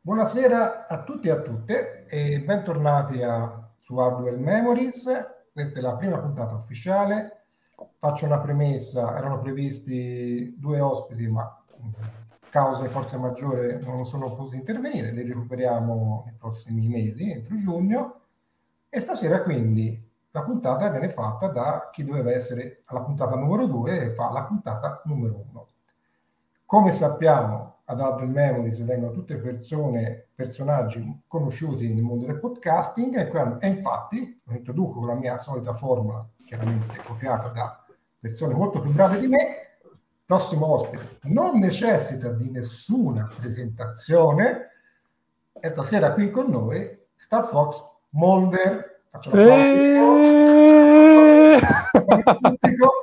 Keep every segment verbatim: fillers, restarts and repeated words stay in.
Buonasera a tutti e a tutte e bentornati a, su Hardware Memories. Questa è la prima puntata ufficiale. Faccio una premessa: erano previsti due ospiti, ma mh, causa forza maggiore non sono potuti intervenire. Li recuperiamo nei prossimi mesi, entro giugno. E stasera quindi la puntata viene fatta da chi doveva essere alla puntata numero due e fa la puntata numero uno. Come sappiamo, ad Hardware Memories vengono tutte persone, personaggi conosciuti nel mondo del podcasting e, qua- e infatti lo introduco con la mia solita formula, chiaramente copiata da persone molto più brave di me. Prossimo ospite non necessita di nessuna presentazione e stasera qui con noi Star Fox Mulder. Faccio l'applauso E... pubblico.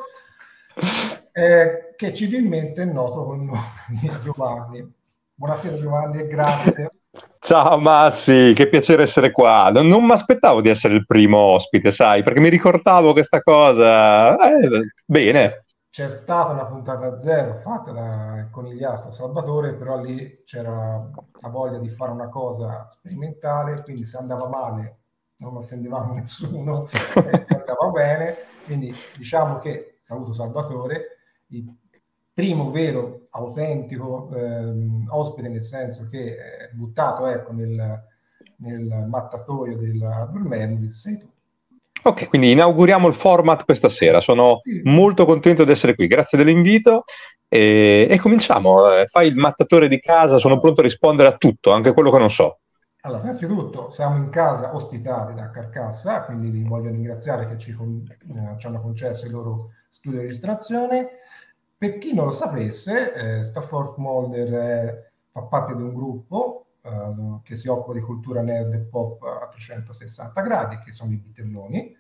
Eh, che civilmente è noto con il nome di Giovanni. Buonasera Giovanni e grazie. Ciao Massi, che piacere essere qua. Non, non mi aspettavo di essere il primo ospite, sai, perché mi ricordavo questa cosa. Eh, bene. C'è, c'è stata una puntata zero fatta da Conigliastro Salvatore, però lì c'era la voglia di fare una cosa sperimentale, quindi se andava male non offendevamo nessuno, eh, andava bene. Quindi diciamo che, saluto Salvatore, il primo vero, autentico ehm, ospite, nel senso che è buttato ecco, nel, nel mattatoio della Memories, sei tu. Ok, quindi inauguriamo il format questa sera. Sono Sì. molto contento di essere qui. Grazie dell'invito e, e cominciamo. Eh, Fai il mattatore di casa, sono pronto a rispondere a tutto, anche quello che non so. Allora, innanzitutto siamo in casa ospitati da Carcassa, quindi vi voglio ringraziare che ci, con, eh, ci hanno concesso il loro studio di registrazione. Per chi non lo sapesse, eh, Stafford Molder eh, fa parte di un gruppo eh, che si occupa di cultura nerd e pop a trecentosessanta gradi, che sono i Bitelloni,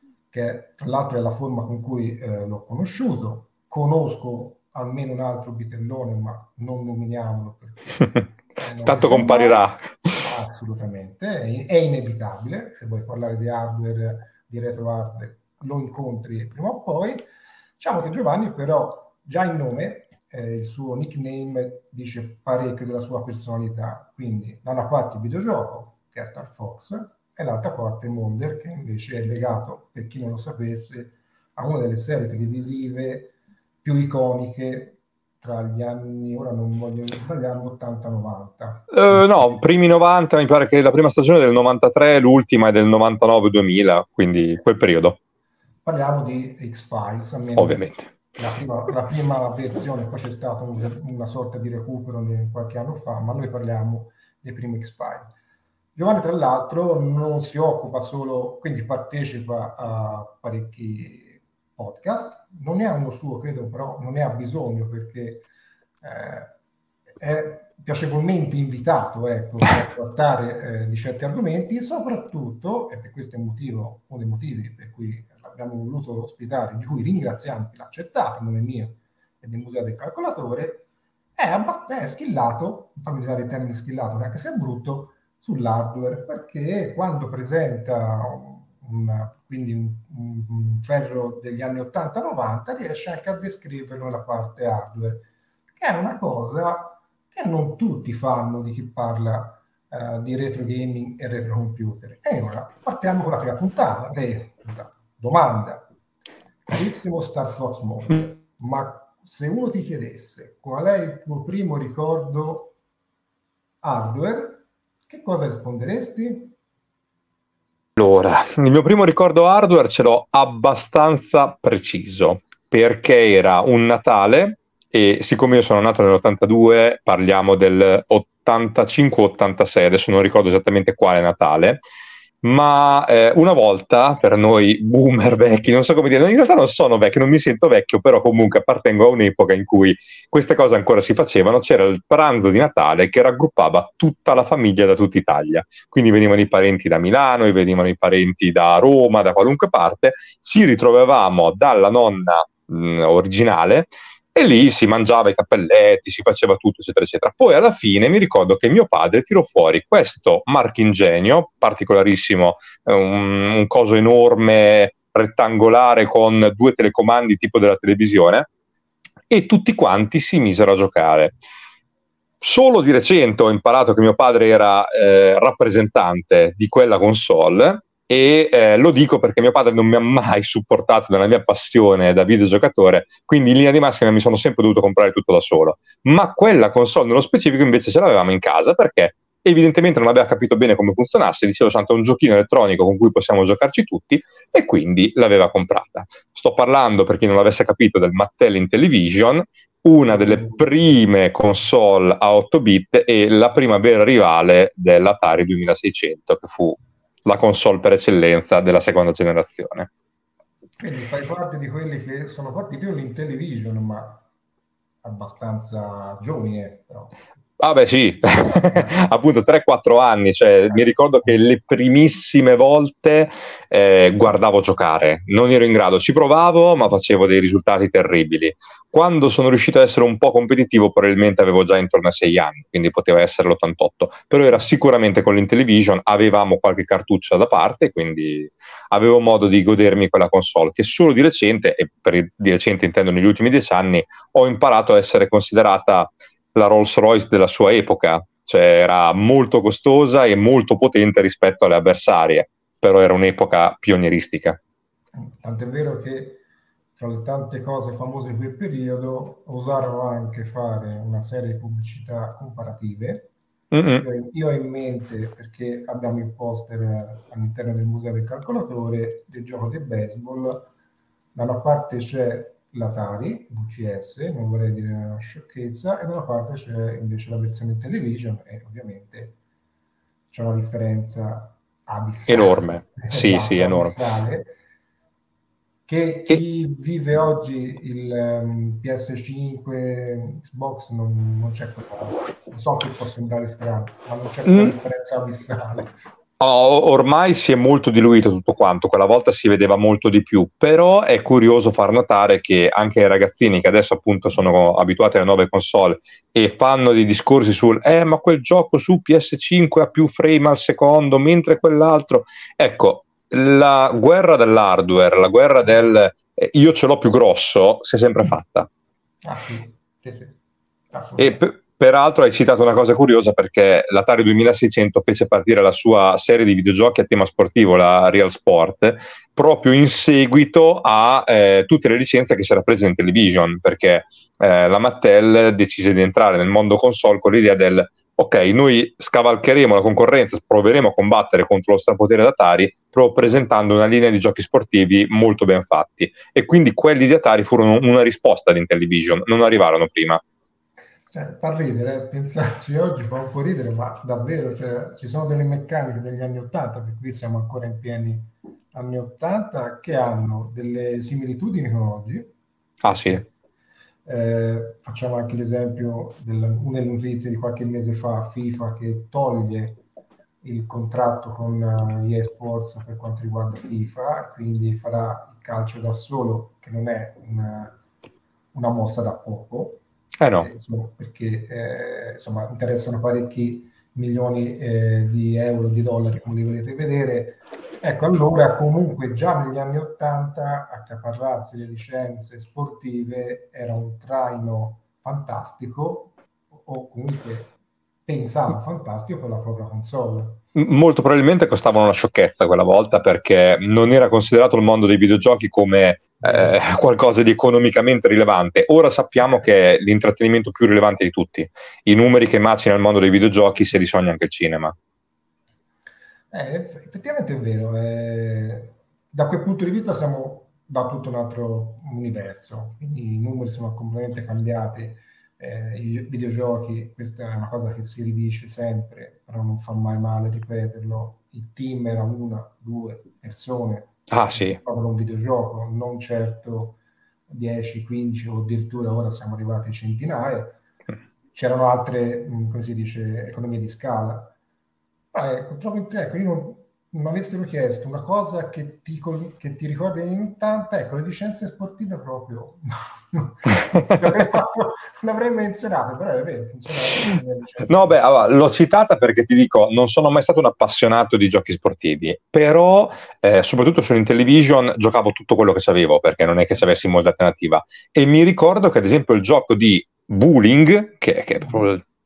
che tra l'altro è la forma con cui eh, l'ho conosciuto. Conosco almeno un altro Bitellone, ma non nominiamolo perché eh, non si Tanto sa mai. comparirà. Assolutamente, è, è inevitabile. Se vuoi parlare di hardware, di retro hardware, lo incontri prima o poi. Diciamo che Giovanni, però, già in nome, eh, il suo nickname dice parecchio della sua personalità. Quindi, da una parte il videogioco, che è Star Fox, e l'altra parte Mulder, che invece è legato, per chi non lo sapesse, a una delle serie televisive più iconiche tra gli anni, ora non voglio sbagliare, ottanta novanta. Uh, no, primi novanta, mi pare che la prima stagione è del novantatré, l'ultima è del novantanove duemila, quindi quel periodo. Parliamo di X-Files, almeno Ovviamente. la prima, la prima versione, poi c'è stata un, una sorta di recupero di qualche anno fa, ma noi parliamo dei primi X-Files. Giovanni, tra l'altro, non si occupa solo, quindi partecipa a parecchi podcast, non ne ha uno suo, credo, però non ne ha bisogno perché eh, è piacevolmente invitato ecco, per trattare eh, di certi argomenti, soprattutto, e per questo è il motivo, uno dei motivi per cui l'abbiamo voluto ospitare, di cui ringraziamo che l'ha accettato, non è mio, è del Museo del Calcolatore, è, abbast- è schillato, fammi usare il termine schillato, anche se è brutto, sull'hardware, perché quando presenta un, quindi un, un, un ferro degli anni ottanta novanta riesce anche a descriverlo nella parte hardware, che è una cosa che non tutti fanno di chi parla uh, di retro gaming e retro computer. E ora partiamo con la prima puntata. De, domanda, carissimo Star Fox Mode, ma se uno ti chiedesse qual è il tuo primo ricordo hardware, che cosa risponderesti? Allora, il mio primo ricordo hardware ce l'ho abbastanza preciso, perché era un Natale e siccome io sono nato nell'ottantadue, parliamo del ottantacinque ottantasei, adesso non ricordo esattamente quale Natale, ma eh, una volta per noi boomer vecchi, non so come dire, in realtà non sono vecchio, non mi sento vecchio, però comunque appartengo a un'epoca in cui queste cose ancora si facevano, c'era il pranzo di Natale che raggruppava tutta la famiglia da tutta Italia, quindi venivano i parenti da Milano, venivano i parenti da Roma, da qualunque parte, ci ritrovavamo dalla nonna mh, originale e lì si mangiava i cappelletti, si faceva tutto, eccetera, eccetera. Poi alla fine mi ricordo che mio padre tirò fuori questo marchingegno, particolarissimo, un, un coso enorme, rettangolare, con due telecomandi tipo della televisione, e tutti quanti si misero a giocare. Solo di recente ho imparato che mio padre era eh, rappresentante di quella console e eh, lo dico perché mio padre non mi ha mai supportato nella mia passione da videogiocatore, quindi in linea di massima mi sono sempre dovuto comprare tutto da solo. Ma quella console nello specifico invece ce l'avevamo in casa perché evidentemente non aveva capito bene come funzionasse, diceva tanto è un giochino elettronico con cui possiamo giocarci tutti e quindi l'aveva comprata. Sto parlando, per chi non l'avesse capito, del Mattel Intellivision, una delle prime console a otto bit e la prima vera rivale dell'Atari duemilaseicento, che fu la console per eccellenza della seconda generazione. Quindi fai parte di quelli che sono partiti con l'Intellivision, ma abbastanza giovani, eh, però. Ah beh sì, appunto tre quattro anni, cioè mi ricordo che le primissime volte eh, guardavo giocare, non ero in grado, ci provavo ma facevo dei risultati terribili. Quando sono riuscito ad essere un po' competitivo probabilmente avevo già intorno a sei anni, quindi poteva essere l'ottantotto, però era sicuramente con l'Intellivision, avevamo qualche cartuccia da parte, quindi avevo modo di godermi quella console che solo di recente, e per di recente intendo negli ultimi dieci anni, ho imparato a essere considerata la Rolls Royce della sua epoca, cioè era molto costosa e molto potente rispetto alle avversarie, però era un'epoca pionieristica. Tant'è vero che fra le tante cose famose di quel periodo osarono anche fare una serie di pubblicità comparative. Io, io ho in mente, perché abbiamo il poster all'interno del museo del calcolatore, del gioco di baseball. Da una parte c'è l'Atari V C S, non vorrei dire una sciocchezza, e da una parte c'è invece la versione television e ovviamente c'è una differenza abissale. Enorme, sì, esatto, sì, enorme. Abissale, che chi e... vive oggi il um, P S cinque, Xbox, non, non c'è quella, non so che può sembrare strano, ma non c'è quella mm. differenza abissale. Oh, ormai si è molto diluito tutto quanto, quella volta si vedeva molto di più, però è curioso far notare che anche i ragazzini che adesso appunto sono abituati alle nuove console e fanno dei discorsi sul eh ma quel gioco su P S cinque ha più frame al secondo mentre quell'altro, ecco, la guerra dell'hardware, la guerra del eh, io ce l'ho più grosso si è sempre fatta. Ah sì, sì, sì. E p- peraltro hai citato una cosa curiosa perché l'Atari duemilaseicento fece partire la sua serie di videogiochi a tema sportivo, la Real Sport, proprio in seguito a eh, tutte le licenze che si era presa in Intellivision, perché eh, la Mattel decise di entrare nel mondo console con l'idea del ok, noi scavalcheremo la concorrenza, proveremo a combattere contro lo strapotere d'Atari, proprio presentando una linea di giochi sportivi molto ben fatti. E quindi quelli di Atari furono una risposta di Intellivision, non arrivarono prima. Cioè, fa ridere, eh, pensarci oggi fa un po' ridere, ma davvero, cioè, ci sono delle meccaniche degli anni ottanta, perché qui siamo ancora in pieni anni ottanta, che hanno delle similitudini con oggi. Ah sì. Eh, facciamo anche l'esempio delle notizie di qualche mese fa, FIFA che toglie il contratto con uh, E A Sports per quanto riguarda FIFA, quindi farà il calcio da solo, che non è una, una mossa da poco. Eh no. Eh, insomma, perché eh, insomma, interessano parecchi milioni eh, di euro, di dollari, come li volete vedere. Ecco, allora comunque già negli anni ottanta accaparrarsi le licenze sportive era un traino fantastico, o comunque pensato fantastico per la propria console. Molto probabilmente costavano una sciocchezza quella volta perché non era considerato il mondo dei videogiochi come eh, qualcosa di economicamente rilevante. Ora sappiamo che è l'intrattenimento più rilevante di tutti. I numeri che macina il mondo dei videogiochi se li sogna anche il cinema. Eh, effettivamente è vero. Eh, da quel punto di vista siamo da tutto un altro universo. Quindi i numeri sono completamente cambiati. Eh, i videogiochi, questa è una cosa che si ridice sempre, però non fa mai male ripeterlo. Il team era una, due persone. Ah sì. Proprio un videogioco, non certo dieci, quindici o addirittura ora siamo arrivati a centinaia. C'erano altre, come si dice, economie di scala. Ah, ecco, trovo, ecco, io non, mi avessero chiesto una cosa che ti, che ti ricorda in ottanta, ecco, le licenze sportive proprio l'avrei menzionato, però è vero, funziona. No, beh, allora, l'ho citata perché ti dico, non sono mai stato un appassionato di giochi sportivi, però eh, soprattutto su Intellivision giocavo tutto quello che sapevo, perché non è che avessi molta alternativa. E mi ricordo che ad esempio il gioco di bowling, che, che è proprio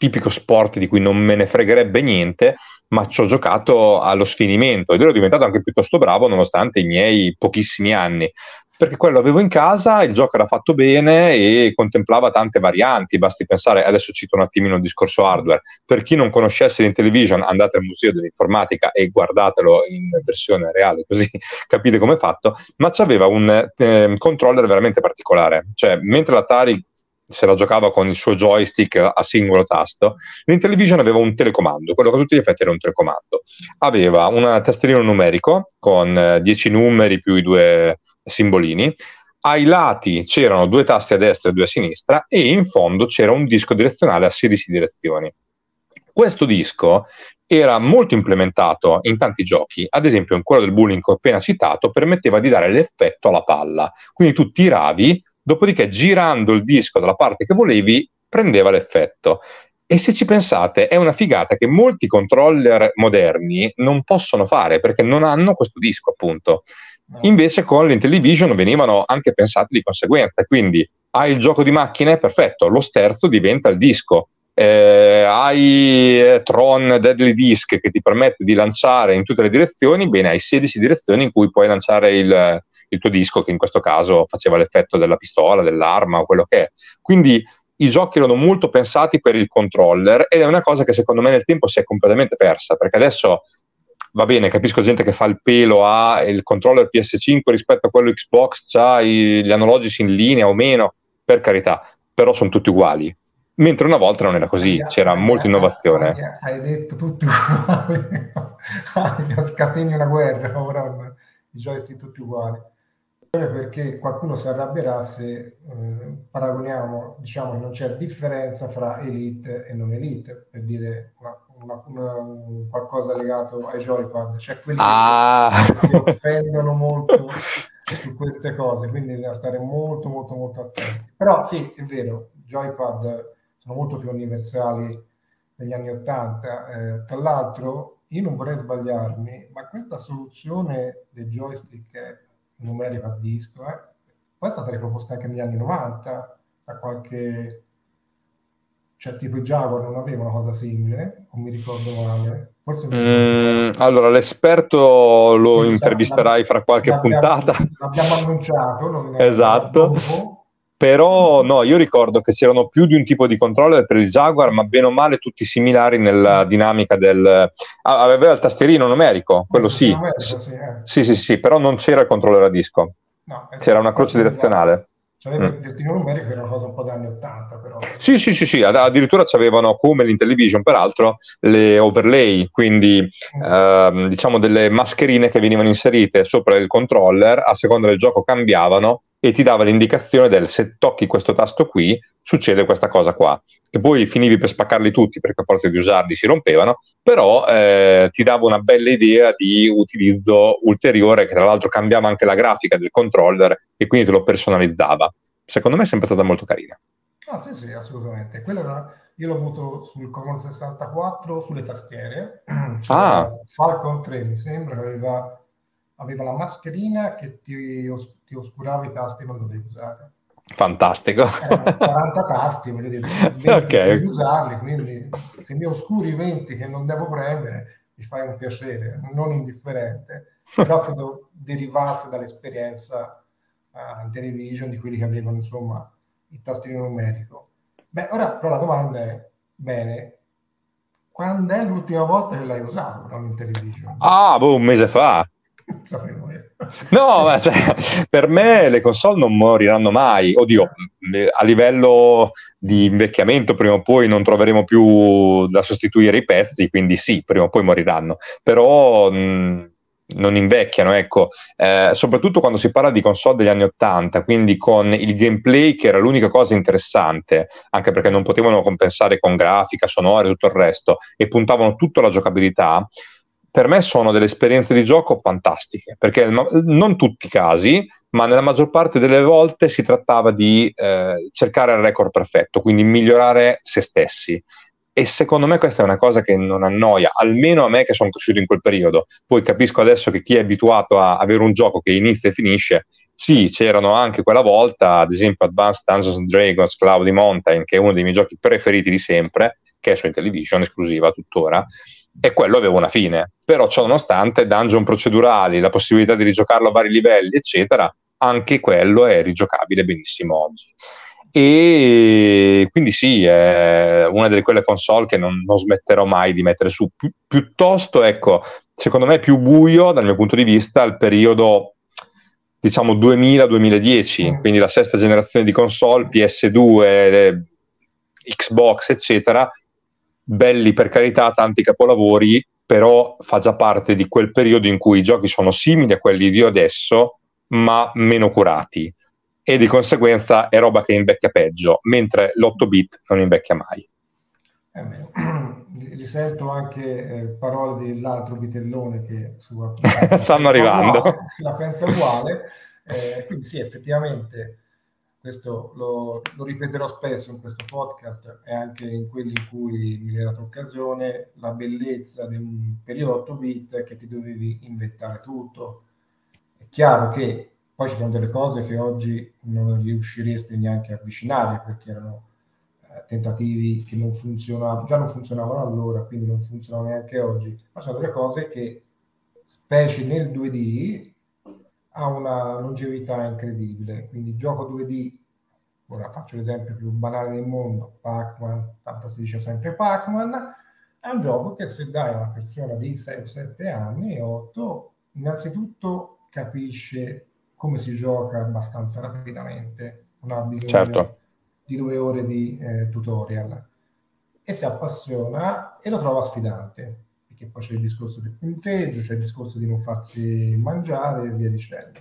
tipico sport di cui non me ne fregherebbe niente, ma ci ho giocato allo sfinimento ed ero diventato anche piuttosto bravo nonostante i miei pochissimi anni, perché quello avevo in casa, il gioco era fatto bene e contemplava tante varianti. Basti pensare, adesso cito un attimino il discorso hardware, per chi non conoscesse l'Intellivision andate al Museo dell'Informatica e guardatelo in versione reale così capite come è fatto, ma c'aveva un eh, controller veramente particolare, cioè mentre l'Atari se la giocava con il suo joystick a singolo tasto, l'Intellivision aveva un telecomando, quello che a tutti gli effetti era un telecomando, aveva un tastierino numerico con dieci numeri più i due simbolini, ai lati c'erano due tasti a destra e due a sinistra e in fondo c'era un disco direzionale a sedici direzioni. Questo disco era molto implementato in tanti giochi, ad esempio in quello del bowling che ho appena citato permetteva di dare l'effetto alla palla, quindi tu tiravi, dopodiché girando il disco dalla parte che volevi prendeva l'effetto. E se ci pensate è una figata che molti controller moderni non possono fare perché non hanno questo disco appunto. Invece con l'Intellivision venivano anche pensati di conseguenza, quindi hai il gioco di macchine, perfetto, lo sterzo diventa il disco, eh, hai eh, Tron Deadly Disc che ti permette di lanciare in tutte le direzioni, bene, hai sedici direzioni in cui puoi lanciare il, il tuo disco, che in questo caso faceva l'effetto della pistola, dell'arma o quello che è. Quindi i giochi erano molto pensati per il controller ed è una cosa che secondo me nel tempo si è completamente persa, perché adesso va bene, capisco gente che fa il pelo a il controller P S cinque rispetto a quello Xbox, c'ha i, gli analogici in linea o meno, per carità, però sono tutti uguali. Mentre una volta non era così, c'era molta innovazione. Hai detto tutti uguali, scateni una guerra, ora i joystick tutti uguali. Perché qualcuno si arrabbierà se eh, paragoniamo, diciamo, non c'è differenza fra elite e non elite, per dire una, una, una, un qualcosa legato ai joypad, c'è quelli ah. che, si, che si offendono molto su queste cose, quindi bisogna stare molto molto molto attenti. Però sì, è vero, i joypad sono molto più universali negli anni ottanta, eh, tra l'altro io non vorrei sbagliarmi, ma questa soluzione del joystick è numerico a disco, eh. Poi è stata riproposta anche negli anni novanta da qualche, cioè tipo i Jaguar non aveva una cosa simile, non mi ricordo male. Forse mi mm, allora l'esperto lo quindi intervisterai fra qualche l'abbiamo, puntata. L'abbiamo annunciato, non esatto. Però no, io ricordo che c'erano più di un tipo di controller per il Jaguar, ma bene o male tutti similari nella dinamica del... Ah, aveva il tastierino numerico, quello sì. Numerico, sì, eh. sì, sì, sì, però non c'era il controller a disco. No, c'era una croce direzionale. C'aveva il tastierino numerico che era una cosa un po' degli anni ottanta, però. Sì, sì, sì, sì, addirittura c'avevano, come l'Intellivision peraltro, le overlay, quindi mm. ehm, diciamo delle mascherine che venivano inserite sopra il controller, a seconda del gioco cambiavano e ti dava l'indicazione del se tocchi questo tasto qui succede questa cosa qua, che poi finivi per spaccarli tutti perché a forza di usarli si rompevano, però eh, ti dava una bella idea di utilizzo ulteriore che tra l'altro cambiava anche la grafica del controller e quindi te lo personalizzava. Secondo me è sempre stata molto carina. Ah sì sì, assolutamente. Quello era, io l'ho avuto sul Commodore sessantaquattro sulle tastiere, cioè ah. Falcon tre mi sembra che aveva aveva la mascherina che ti, os- ti oscurava i tasti non dovevi usare. Fantastico. Erano quaranta tasti, voglio dire, venti okay. Devi usarli, quindi se mi oscuri i venti che non devo prendere, mi fai un piacere, non indifferente, però credo derivasse dall'esperienza uh, in television di quelli che avevano, insomma, il tastino numerico. Beh, ora però la domanda è, bene, quando è l'ultima volta che l'hai usato però in television? Ah, boh, un mese fa. No, ma cioè, per me le console non moriranno mai. Oddio, a livello di invecchiamento prima o poi non troveremo più da sostituire i pezzi, quindi sì, prima o poi moriranno. Però mh, non invecchiano, ecco. Eh, soprattutto quando si parla di console degli anni ottanta, quindi con il gameplay che era l'unica cosa interessante, anche perché non potevano compensare con grafica, sonore e tutto il resto, e puntavano tutto alla giocabilità. Per me sono delle esperienze di gioco fantastiche, perché non tutti i casi, ma nella maggior parte delle volte si trattava di eh, cercare il record perfetto, quindi migliorare se stessi. E secondo me questa è una cosa che non annoia, almeno a me che sono cresciuto in quel periodo. Poi capisco adesso che chi è abituato a avere un gioco che inizia e finisce, sì, c'erano anche quella volta, ad esempio Advanced Dungeons and Dragons, Cloudy Mountain, che è uno dei miei giochi preferiti di sempre, che è su Intellivision, esclusiva tuttora, e quello aveva una fine. Però ciò nonostante, dungeon procedurali, la possibilità di rigiocarlo a vari livelli, eccetera, anche quello è rigiocabile benissimo oggi. E quindi sì, è una delle quelle console che non, non smetterò mai di mettere su. Pi- piuttosto, ecco, secondo me è più buio dal mio punto di vista il periodo, diciamo, duemila duemiladieci, Mm. quindi la sesta generazione di console, P S due, eh, Xbox, eccetera, belli per carità, tanti capolavori, però fa già parte di quel periodo in cui i giochi sono simili a quelli di adesso, ma meno curati, e di conseguenza è roba che invecchia peggio, mentre l'otto bit non invecchia mai. Eh beh, risento anche eh, parole dell'altro vitellone che su, stanno arrivando. Uguale, la pensa uguale, eh, quindi sì, effettivamente questo lo, lo ripeterò spesso in questo podcast e anche in quelli in cui mi è data occasione, la bellezza di un periodo otto bit che ti dovevi inventare tutto. È chiaro che poi ci sono delle cose che oggi non riusciresti neanche a avvicinare perché erano eh, tentativi che non funzionavano, già non funzionavano allora, quindi non funzionano neanche oggi, ma sono delle cose che, specie nel due D, ha una longevità incredibile. Quindi gioco due D, ora faccio l'esempio più banale del mondo, Pac-Man, tanto si dice sempre Pac-Man, è un gioco che se dai a una persona di sei sette anni, otto, innanzitutto capisce come si gioca abbastanza rapidamente, non ha bisogno Certo. di due ore di eh, tutorial, e si appassiona e lo trova sfidante, perché poi c'è il discorso del punteggio, c'è il discorso di non farsi mangiare e via dicendo.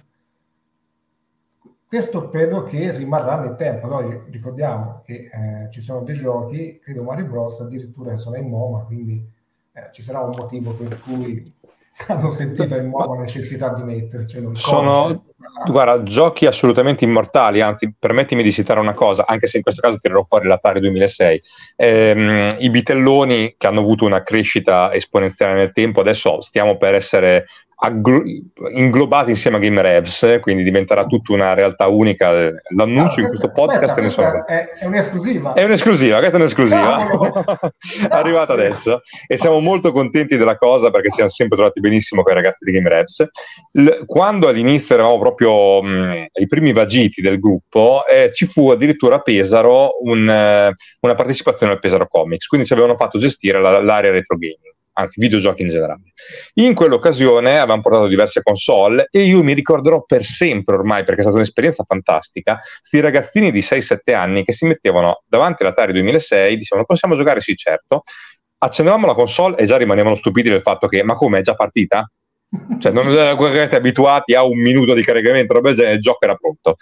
Questo credo che rimarrà nel tempo. Noi ricordiamo che eh, ci sono dei giochi, credo Mario Bros, addirittura che sono in MoMA, quindi eh, ci sarà un motivo per cui hanno sentito in MoMA la necessità di mettercelo. Sono, guarda, giochi assolutamente immortali, anzi, permettimi di citare una cosa, anche se in questo caso tirerò fuori l'Atari duemilasei. Ehm, I bitelloni che hanno avuto una crescita esponenziale nel tempo, adesso stiamo per essere agglo- inglobati insieme a Game Revs, quindi diventerà tutta una realtà unica. L'annuncio Ah, in questo questa, podcast aspetta, ne sono... è, è un'esclusiva. È un'esclusiva, questa è un'esclusiva. Arrivata Grazie. adesso, e siamo molto contenti della cosa perché ci siamo sempre trovati benissimo con i ragazzi di Game Revs. L- quando all'inizio eravamo proprio mh, ai primi vagiti del gruppo, eh, ci fu addirittura a Pesaro un, eh, una partecipazione al Pesaro Comics, quindi ci avevano fatto gestire la, l'area retro gaming, anzi videogiochi in generale. In quell'occasione avevamo portato diverse console e io mi ricorderò per sempre ormai, perché è stata un'esperienza fantastica, sti ragazzini di sei sette anni che si mettevano davanti all'Atari duemilasei, dicevano possiamo giocare? Sì, certo. Accendevamo la console e già rimanevano stupiti del fatto che ma come, è già partita? Cioè non siete abituati a un minuto di caricamento, roba del genere, il gioco era pronto.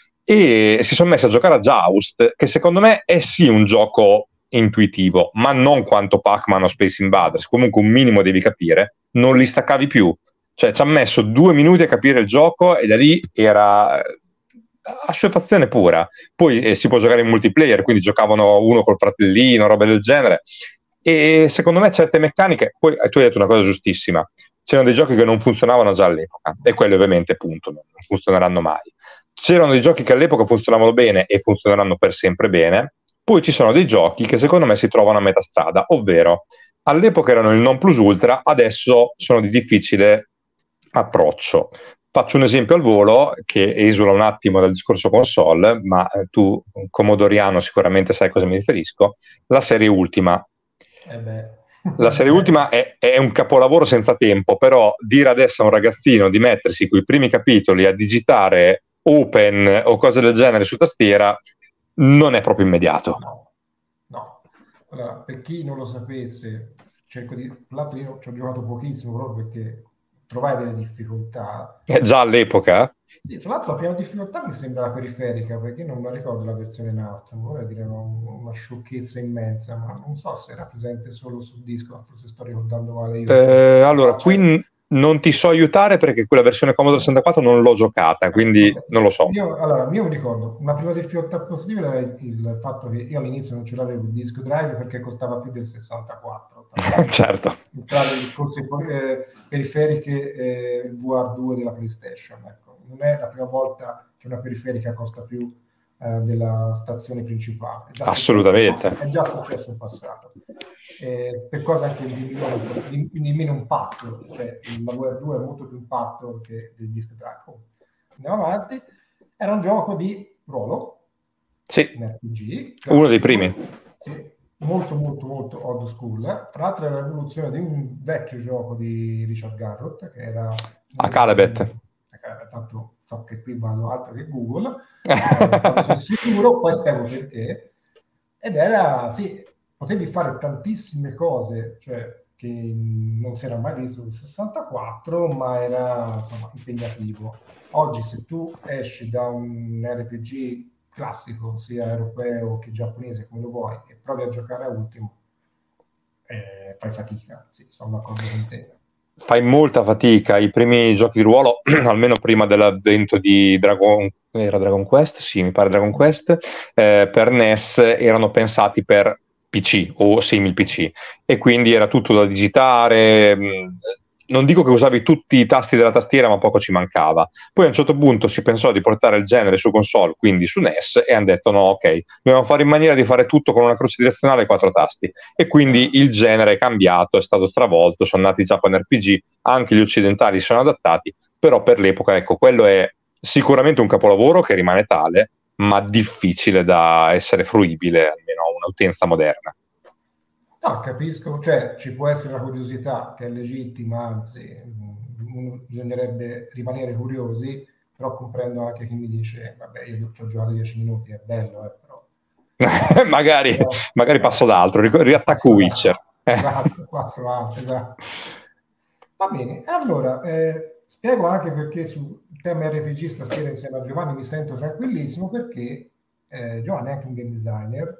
E si sono messi a giocare a Joust, che secondo me è sì un gioco intuitivo, ma non quanto Pac-Man o Space Invaders. Comunque un minimo devi capire, non li staccavi più. Cioè ci ha messo due minuti a capire il gioco e da lì era assuefazione pura. Poi eh, si può giocare in multiplayer, quindi giocavano uno col fratellino, roba del genere. E secondo me certe meccaniche, poi tu hai detto una cosa giustissima, c'erano dei giochi che non funzionavano già all'epoca e quelli ovviamente appunto non funzioneranno mai. C'erano dei giochi che all'epoca funzionavano bene e funzioneranno per sempre bene, poi ci sono dei giochi che secondo me si trovano a metà strada, ovvero all'epoca erano il non plus ultra, adesso sono di difficile approccio. Faccio un esempio al volo che esula un attimo dal discorso console, ma tu, comodoriano, sicuramente sai a cosa mi riferisco. La serie Ultima. Eh beh. La serie Ultima è, è un capolavoro senza tempo, però dire adesso a un ragazzino di mettersi quei primi capitoli a digitare open o cose del genere su tastiera non è proprio immediato. No, no. Allora, per chi non lo sapesse, cerco di... Tra l'altro io ci ho giocato pochissimo proprio perché trovai delle difficoltà. Eh, già all'epoca? Sì, tra l'altro la prima difficoltà mi sembra la periferica, perché non mi ricordo la versione nastro, non vorrei dire una, una sciocchezza immensa, ma non so se era presente solo sul disco, forse sto ricordando male io. Eh, allora, No, qui cioè, n- non ti so aiutare perché quella versione Commodore sessantaquattro non l'ho giocata, quindi vabbè. non lo so. Io, allora, io mi ricordo, una prima difficoltà possibile era il, il fatto che io all'inizio non ce l'avevo il disco drive perché costava più del sessantaquattro. Certo. Tra le discorsi eh, periferiche eh, il V R due della PlayStation. Ecco. Non è la prima volta che una periferica costa più eh, della stazione principale. È già Assolutamente. Successo, è già successo in passato. Eh, per cosa anche di meno, di, di meno impatto, cioè la V R due ha molto più impatto che del Disk Drive. Oh, andiamo avanti. Era un gioco di ruolo, sì, un R P G, classico, uno dei primi. Sì, molto molto molto old school. Tra l'altro era l'evoluzione di un vecchio gioco di Richard Garrott che era a Calebet. Eh, tanto so che qui vanno altro che Google, eh, sul sicuro, poi spiego perché. Ed era, sì, potevi fare tantissime cose, cioè che non si era mai visto sul sessantaquattro, ma era insomma, impegnativo. Oggi se tu esci da un R P G classico, sia europeo che giapponese, come lo vuoi, e provi a giocare a ultimo, eh, fai fatica, sì, sono d'accordo con te. Fai molta fatica. I primi giochi di ruolo, almeno prima dell'avvento di Dragon, era Dragon Quest? Sì, mi pare Dragon Quest, eh, per N E S erano pensati per P C o simil P C e quindi era tutto da digitare. Mh, non dico che usavi tutti i tasti della tastiera, ma poco ci mancava. Poi a un certo punto si pensò di portare il genere su console, quindi su N E S, e hanno detto no, ok, dobbiamo fare in maniera di fare tutto con una croce direzionale e quattro tasti. E quindi il genere è cambiato, è stato stravolto, sono nati i Japan R P G, anche gli occidentali si sono adattati, però per l'epoca, ecco, quello è sicuramente un capolavoro che rimane tale, ma difficile da essere fruibile almeno a un'utenza moderna. No, capisco, cioè ci può essere la curiosità che è legittima, anzi mh, bisognerebbe rimanere curiosi, però comprendo anche chi mi dice, vabbè, io ci ho giocato dieci minuti, è bello, eh, però... magari, però, magari eh, passo d'altro, riattacco Witcher. Esatto, passo d'altro, esatto. Va bene, allora, eh, spiego anche perché sul tema R P G stasera insieme a Giovanni mi sento tranquillissimo, perché eh, Giovanni è anche un game designer,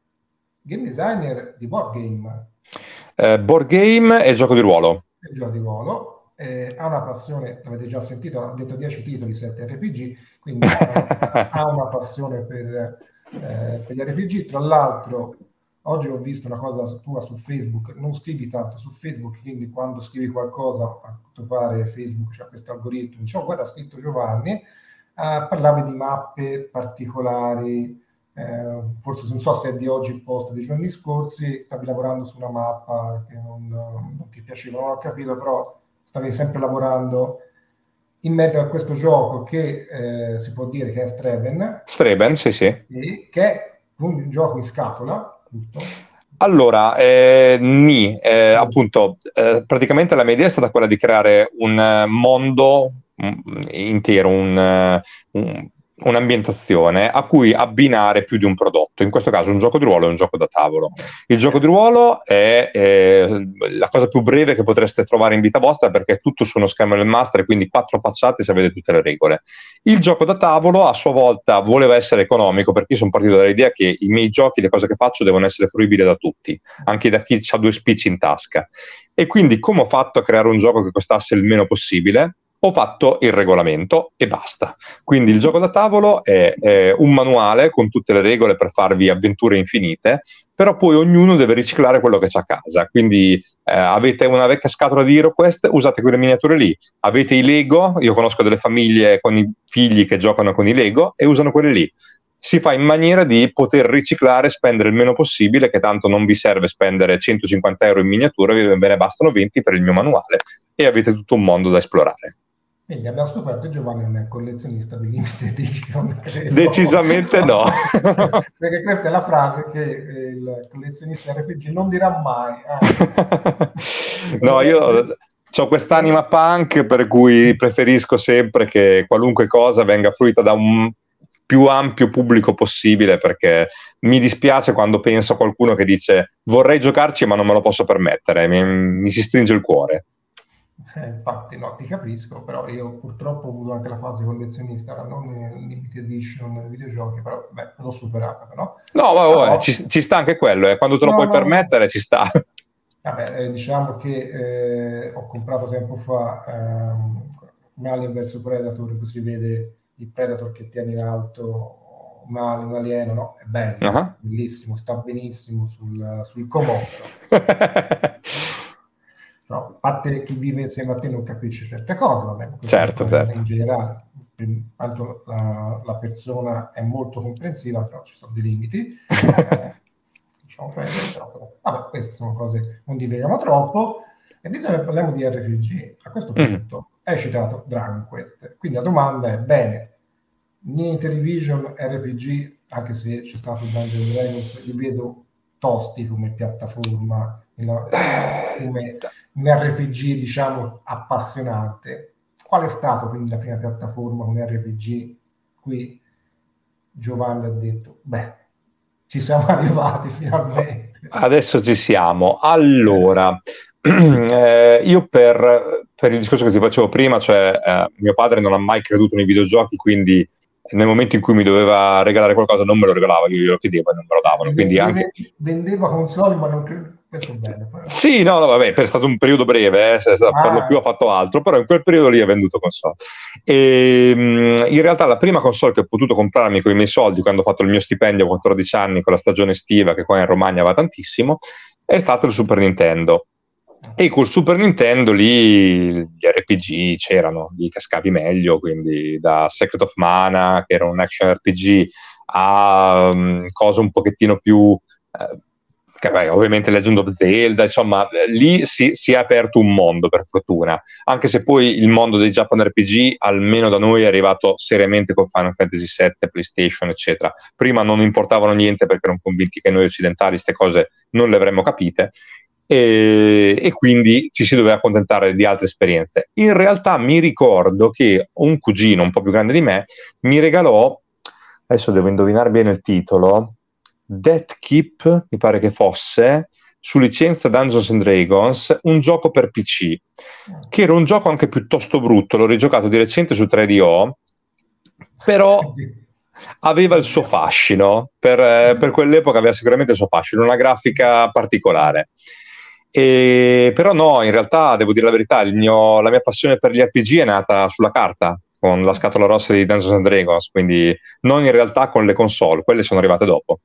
game designer di board game. Eh, board game e gioco di ruolo. E gioco di ruolo, eh, ha una passione, l'avete già sentito, ha detto dieci titoli, sette R P G, quindi ha, ha una passione per, eh, per gli R P G. Tra l'altro, oggi ho visto una cosa tua su Facebook, non scrivi tanto su Facebook, quindi quando scrivi qualcosa, a quanto pare Facebook c'ha questo algoritmo, diciamo, guarda, ha scritto Giovanni, eh, parlavi di mappe particolari. Eh, forse non so se è di oggi il post dei giorni scorsi, stavi lavorando su una mappa che non, non ti piaceva, non ho capito, però stavi sempre lavorando in merito a questo gioco che eh, si può dire che è Straven. Straven, sì sì. E che è un gioco in scatola, giusto? Allora, eh, ni, eh, appunto, eh, praticamente la mia idea è stata quella di creare un uh, mondo um, intero, un, uh, un, un'ambientazione a cui abbinare più di un prodotto, in questo caso un gioco di ruolo e un gioco da tavolo. Il gioco di ruolo è eh, la cosa più breve che potreste trovare in vita vostra, perché è tutto su uno schermo del master, quindi quattro facciate se avete tutte le regole. Il gioco da tavolo a sua volta voleva essere economico, perché io sono partito dall'idea che i miei giochi, le cose che faccio devono essere fruibili da tutti, anche da chi ha due spicci in tasca. E quindi come ho fatto a creare un gioco che costasse il meno possibile? Ho fatto il regolamento e basta. Quindi il gioco da tavolo è, è un manuale con tutte le regole per farvi avventure infinite, però poi ognuno deve riciclare quello che c'ha a casa. Quindi eh, avete una vecchia scatola di HeroQuest, usate quelle miniature lì. Avete i Lego, io conosco delle famiglie con i figli che giocano con i Lego e usano quelli lì. Si fa in maniera di poter riciclare, spendere il meno possibile, che tanto non vi serve spendere centocinquanta euro in miniature, ve ne bastano venti per il mio manuale e avete tutto un mondo da esplorare. Quindi abbiamo scoperto che Giovanni non è collezionista di limited edition. Credo. Decisamente no. Perché questa è la frase che il collezionista R P G non dirà mai. Eh. No, io ho quest'anima punk per cui preferisco sempre che qualunque cosa venga fruita da un più ampio pubblico possibile, perché mi dispiace quando penso a qualcuno che dice vorrei giocarci ma non me lo posso permettere, mi, mi si stringe il cuore. Eh, infatti no, ti capisco, però io purtroppo ho avuto anche la fase collezionista, non in limited edition nei videogiochi, però beh, l'ho superata però. No, ma però, oh, ci, ci sta anche quello, eh. Quando te lo no, puoi no, permettere no. ci sta. Vabbè, eh, diciamo che eh, ho comprato tempo fa ehm, un Alien versus Predator, così vede il Predator che tiene in alto un, un alieno, no? È bello, Uh-huh. bellissimo, sta benissimo sul, sul comodoro. però a parte chi vive insieme a te non capisce certe cose, vabbè, certo, certo. In generale, tanto la, la persona è molto comprensiva, però ci sono dei limiti, eh, diciamo, però, però, vabbè, queste sono cose, non diveniamo troppo, e bisogna parliamo di R P G. A questo punto mm. hai citato Dragon Quest, quindi la domanda è, bene, in Television R P G, anche se c'è stato Dungeons and Dragons, li vedo tosti come piattaforma, come un R P G, diciamo, appassionante. Qual è stato quindi la prima piattaforma con R P G? Qui Giovanni ha detto, beh, ci siamo arrivati finalmente. Adesso ci siamo. Allora, eh, io per, per il discorso che ti facevo prima, cioè eh, mio padre non ha mai creduto nei videogiochi, quindi nel momento in cui mi doveva regalare qualcosa non me lo regalava, io glielo chiedevo e non me lo davano. Quindi vendeva, anche... vendeva console, ma non credo. Questo è bello, però. Sì, no, no, vabbè, è stato un periodo breve, eh, ah. per lo più ha fatto altro, però in quel periodo lì ha venduto console. E, mh, in realtà la prima console che ho potuto comprarmi con i miei soldi quando ho fatto il mio stipendio a quattordici anni con la stagione estiva, che qua in Romagna va tantissimo, è stato il Super Nintendo. E col Super Nintendo lì gli R P G c'erano, gli cascavi meglio, quindi da Secret of Mana, che era un action R P G, a um, cose un pochettino più... Eh, che, beh, ovviamente Legend of Zelda, insomma, lì si, si è aperto un mondo, per fortuna, anche se poi il mondo dei Japan R P G, almeno da noi, è arrivato seriamente con Final Fantasy sette, PlayStation, eccetera. Prima non importavano niente perché erano convinti che noi occidentali queste cose non le avremmo capite, e, e quindi ci si doveva accontentare di altre esperienze. In realtà mi ricordo che un cugino un po' più grande di me mi regalò, adesso devo indovinare bene il titolo, Death Keep, mi pare che fosse, su licenza Dungeons and Dragons, un gioco per P C, che era un gioco anche piuttosto brutto, l'ho rigiocato di recente su tre D O, però aveva il suo fascino, per, eh, per quell'epoca aveva sicuramente il suo fascino, una grafica particolare. E, però no, in realtà devo dire la verità, il mio, la mia passione per gli R P G è nata sulla carta, con la scatola rossa di Dungeons and Dragons, quindi non in realtà con le console, quelle sono arrivate dopo.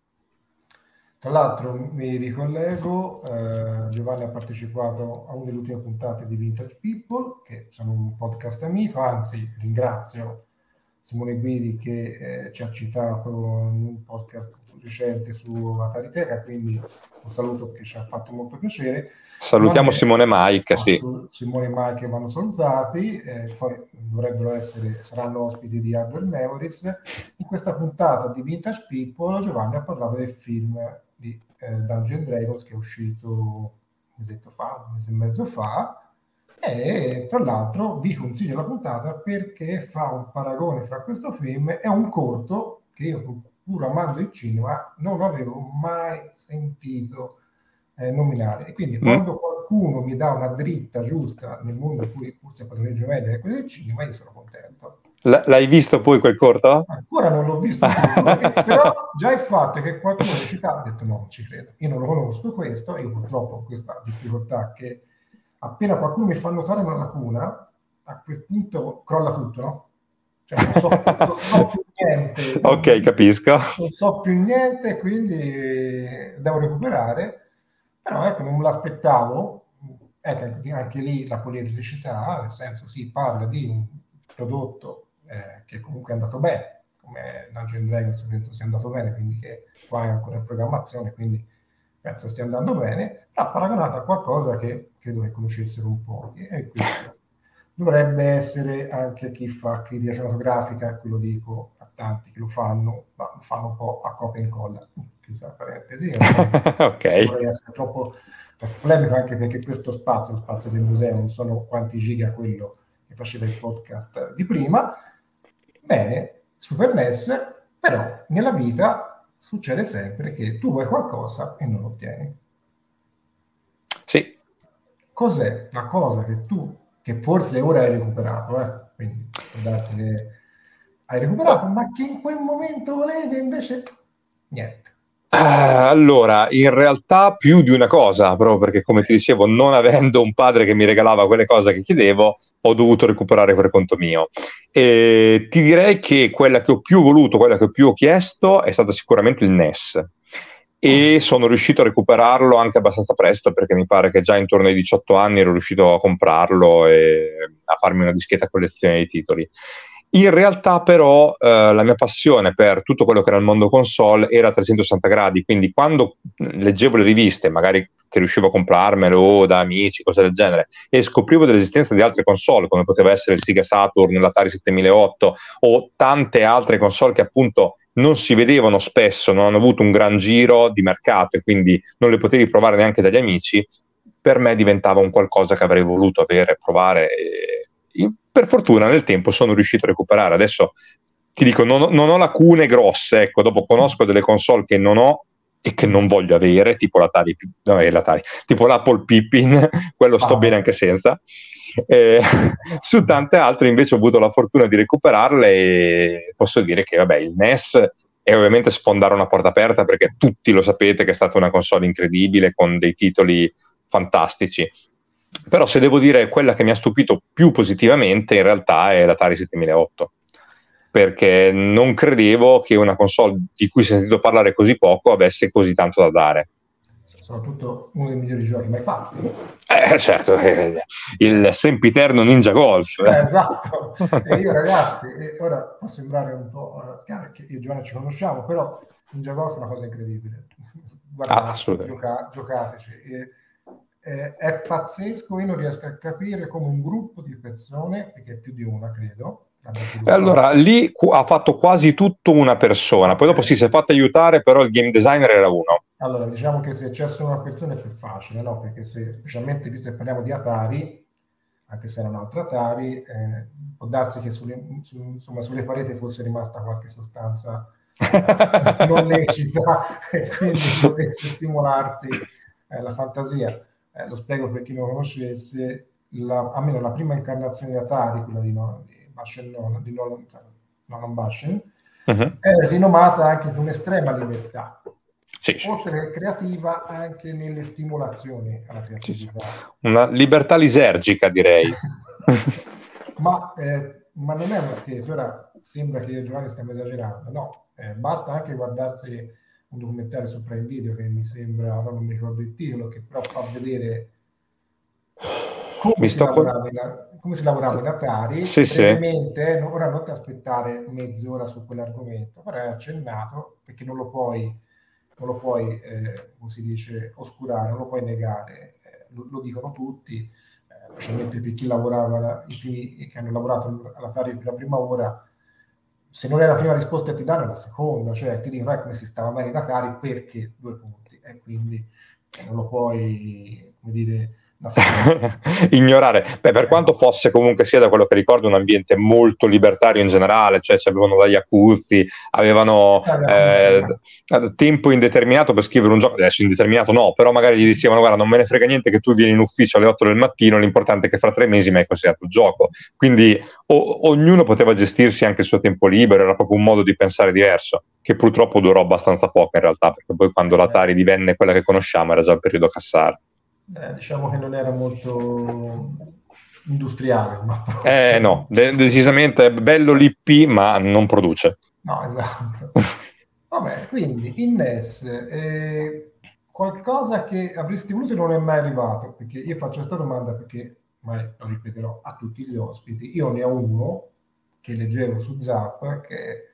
Tra l'altro mi ricollego, eh, Giovanni ha partecipato a una delle ultime puntate di Vintage People, che sono un podcast amico, anzi ringrazio Simone Guidi che eh, ci ha citato in un podcast recente su Atariteca, quindi un saluto che ci ha fatto molto piacere. Salutiamo è, Simone Mike, sì. Simone e Mike vanno salutati, eh, poi dovrebbero essere, saranno ospiti di Hardware Memories. In questa puntata di Vintage People Giovanni ha parlato del film di eh, Dungeons and Dragons che è uscito un mesetto fa, un mese e mezzo fa, e tra l'altro vi consiglio la puntata perché fa un paragone fra questo film e un corto che io, pur amando il cinema, non avevo mai sentito eh, nominare, e quindi mm. quando qualcuno mi dà una dritta giusta nel mondo in cui forse padroneggio meglio è quello del cinema, io sono contento. L- l'hai visto poi quel corto? Ancora non l'ho visto tutto, però già il fatto che qualcuno mi cita, ha detto no, non ci credo, io non lo conosco questo, io purtroppo ho questa difficoltà che appena qualcuno mi fa notare una lacuna, a quel punto crolla tutto, no? Cioè non so, non so più niente. Ok, non, capisco. Non so più niente, quindi devo recuperare, però ecco, non me l'aspettavo. Ecco, anche lì la poliedricità, nel senso si parla di un prodotto eh, che comunque è andato bene, come Dungeons and Dragons penso sia andato bene, quindi che qua è ancora in programmazione, quindi penso stia andando bene, l'ha paragonata a qualcosa che credo che conoscessero un po', e questo dovrebbe essere anche chi fa critica cinematografica, qui lo dico a tanti che lo fanno, ma lo fanno un po' a copia e incolla, chiusa parentesi, ok. Non vorrei essere troppo, troppo polemico, anche perché questo spazio, lo spazio del museo, non sono quanti giga quello che faceva il podcast di prima. Bene, Super N E S, però nella vita succede sempre che tu vuoi qualcosa e non lo ottieni. Sì. Cos'è la cosa che tu, che forse ora hai recuperato, eh? Quindi può darsi che hai recuperato, ma che in quel momento volevi invece niente? Uh, allora, in realtà più di una cosa, proprio perché come ti dicevo, non avendo un padre che mi regalava quelle cose che chiedevo, ho dovuto recuperare per conto mio. E ti direi che quella che ho più voluto, quella che più ho chiesto, è stata sicuramente il N E S. e sono riuscito a recuperarlo anche abbastanza presto, perché mi pare che già intorno ai diciotto anni ero riuscito a comprarlo e a farmi una discreta collezione di titoli. In realtà però eh, la mia passione per tutto quello che era il mondo console era a trecentosessanta gradi, quindi quando leggevo le riviste, magari che riuscivo a comprarmelo da amici, cose del genere, e scoprivo dell'esistenza di altre console, come poteva essere il Sega Saturn, l'Atari settemilaotto o tante altre console che appunto non si vedevano spesso, non hanno avuto un gran giro di mercato e quindi non le potevi provare neanche dagli amici, per me diventava un qualcosa che avrei voluto avere, provare e per fortuna nel tempo sono riuscito a recuperare. Adesso ti dico, non ho, non ho lacune grosse, ecco, dopo conosco delle console che non ho e che non voglio avere, tipo l'Atari, no, l'Atari tipo l'Apple Pippin, quello sto ah, bene anche senza. Eh, su tante altre invece ho avuto la fortuna di recuperarle e posso dire che vabbè, il N E S è ovviamente sfondare una porta aperta, perché tutti lo sapete che è stata una console incredibile con dei titoli fantastici. Però se devo dire quella che mi ha stupito più positivamente in realtà è l'Atari settemilaotto, perché non credevo che una console di cui si è sentito parlare così poco avesse così tanto da dare. Soprattutto uno dei migliori giochi mai fatti. Eh, certo, eh, il sempiterno Ninja Golf. Eh, esatto. E io ragazzi, ora può sembrare un po' chiaro che io e Giovanni ci conosciamo, però Ninja Golf è una cosa incredibile. Guardate, ah, gioca- giocateci. E, eh, è pazzesco, io non riesco a capire come un gruppo di persone, perché è più di una credo. Allora, lì cu- ha fatto quasi tutto una persona, poi dopo si si è fatto aiutare, però il game designer era uno. Allora, diciamo che se c'è solo una persona è più facile, no? Perché se, specialmente visto che parliamo di Atari, anche se era un altro Atari, eh, può darsi che sulle, su, insomma, sulle pareti fosse rimasta qualche sostanza eh, non lecita e quindi potesse stimolarti eh, la fantasia. Eh, lo spiego per chi non lo conoscesse, la, almeno la prima incarnazione di Atari, quella di, no, di Bashen, no, di Nolan, no, non Bashen, uh-huh. è rinomata anche per un'estrema libertà. Sì, sì. Oltre che creativa, anche nelle stimolazioni alla creatività. Sì, una libertà lisergica, direi. ma, eh, ma non è uno scherzo. Ora sembra che io e Giovanni stiamo esagerando, no, eh, basta anche guardarsi un documentario su Prime Video che mi sembra, ora non mi ricordo il titolo, che però fa vedere come, mi si, sto lavorava con... in, come si lavorava in Atari. Sì, brevemente, sì. Ora non ti aspettare mezz'ora su quell'argomento, però è accennato, perché non lo puoi non lo puoi, eh, come si dice, oscurare, non lo puoi negare, eh, lo, lo dicono tutti, eh, specialmente per chi lavorava, i primi che hanno lavorato all'Atari per la prima ora, se non è la prima risposta ti danno la seconda, cioè ti dicono eh, come si stava bene in Atari, perché due punti, e quindi eh, non lo puoi, come dire, ignorare. Beh, per quanto fosse comunque sia, da quello che ricordo, un ambiente molto libertario in generale, cioè avevano la Jacuzzi, avevano eh, tempo indeterminato per scrivere un gioco, adesso indeterminato no, però magari gli dicevano guarda non me ne frega niente che tu vieni in ufficio alle otto del mattino, l'importante è che fra tre mesi mi hai consegnato il gioco, quindi o- ognuno poteva gestirsi anche il suo tempo libero, era proprio un modo di pensare diverso, che purtroppo durò abbastanza poco in realtà, perché poi quando l'Atari divenne quella che conosciamo era già il periodo Cassar. Eh, diciamo che non era molto industriale, ma eh no, de- decisamente è bello l'I P ma non produce. No, esatto. Vabbè, quindi in N E S eh, qualcosa che avresti voluto e non è mai arrivato, perché io faccio questa domanda perché mai lo ripeterò a tutti gli ospiti. Io ne ho uno che leggevo su Zap che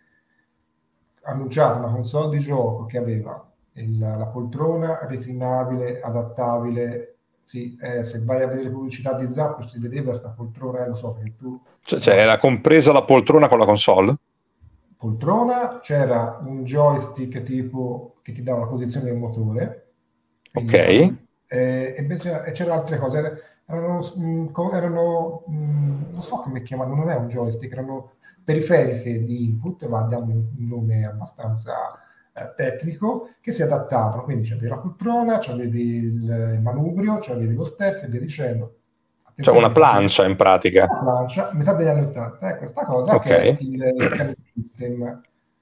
ha annunciato una console di gioco che aveva il, la poltrona reclinabile, adattabile. Sì, eh, se vai a vedere pubblicità di Zap si vedeva sta poltrona, eh, lo so perché tu... Cioè, cioè era compresa la poltrona con la console? Poltrona, c'era un joystick tipo che ti dava la posizione del motore. Ok. Eh, e c'era, e c'erano altre cose. Erano, mh, erano mh, non so come chiamano, non è un joystick, erano periferiche di input, ma diamo un nome abbastanza eh, tecnico, che si adattavano. Quindi c'avevi la poltrona, c'avevi il, il manubrio, c'avevi lo sterzo e via dicendo. Cioè una plancia in pratica. Una plancia, metà degli anni ottanta, eh, questa cosa okay. che è il, il Pianic System,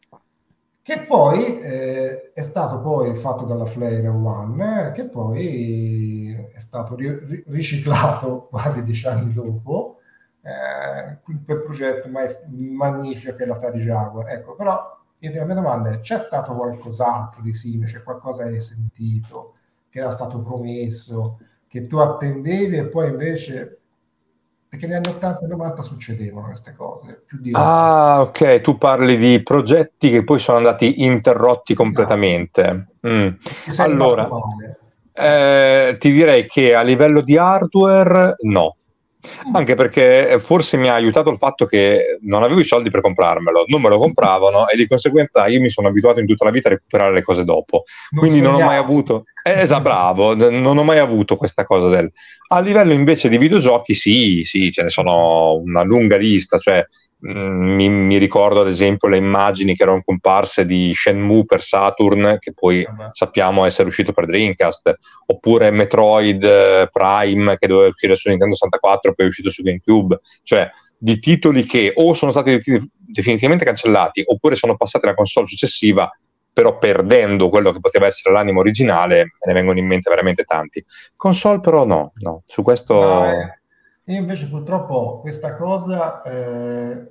che poi eh, è stato poi fatto dalla Flare One, che poi è stato ri- riciclato quasi dieci anni dopo, eh, quel progetto ma- magnifico che è l'Atari Jaguar. Ecco, però Io, la mia domanda è, c'è stato qualcos'altro di simile, c'è qualcosa che hai sentito, che era stato promesso, che tu attendevi e poi invece, perché negli anni ottanta e novanta succedevano queste cose, più di oggi. Ah, ok, tu parli di progetti che poi sono andati interrotti Esatto. completamente. Mm. Ti sei rimasto Allora, male. eh, ti direi che a livello di hardware no. Mm. Anche perché forse mi ha aiutato il fatto che non avevo i soldi per comprarmelo, non me lo compravano e di conseguenza io mi sono abituato in tutta la vita a recuperare le cose dopo. Non Quindi non ho mai sognavi. avuto, eh, esatto, bravo, non ho mai avuto questa cosa del... A livello invece di videogiochi, sì, sì, ce ne sono una lunga lista, cioè mh, mi, mi ricordo ad esempio le immagini che erano comparse di Shenmue per Saturn, che poi Vabbè. sappiamo essere uscito per Dreamcast, oppure Metroid eh, Prime che doveva uscire su Nintendo sessantaquattro, poi è uscito su GameCube, cioè di titoli che o sono stati definitivamente cancellati oppure sono passati alla console successiva, però perdendo quello che poteva essere l'animo originale, me ne vengono in mente veramente tanti. Console però no, no, su No, questo... eh, io invece purtroppo questa cosa, eh,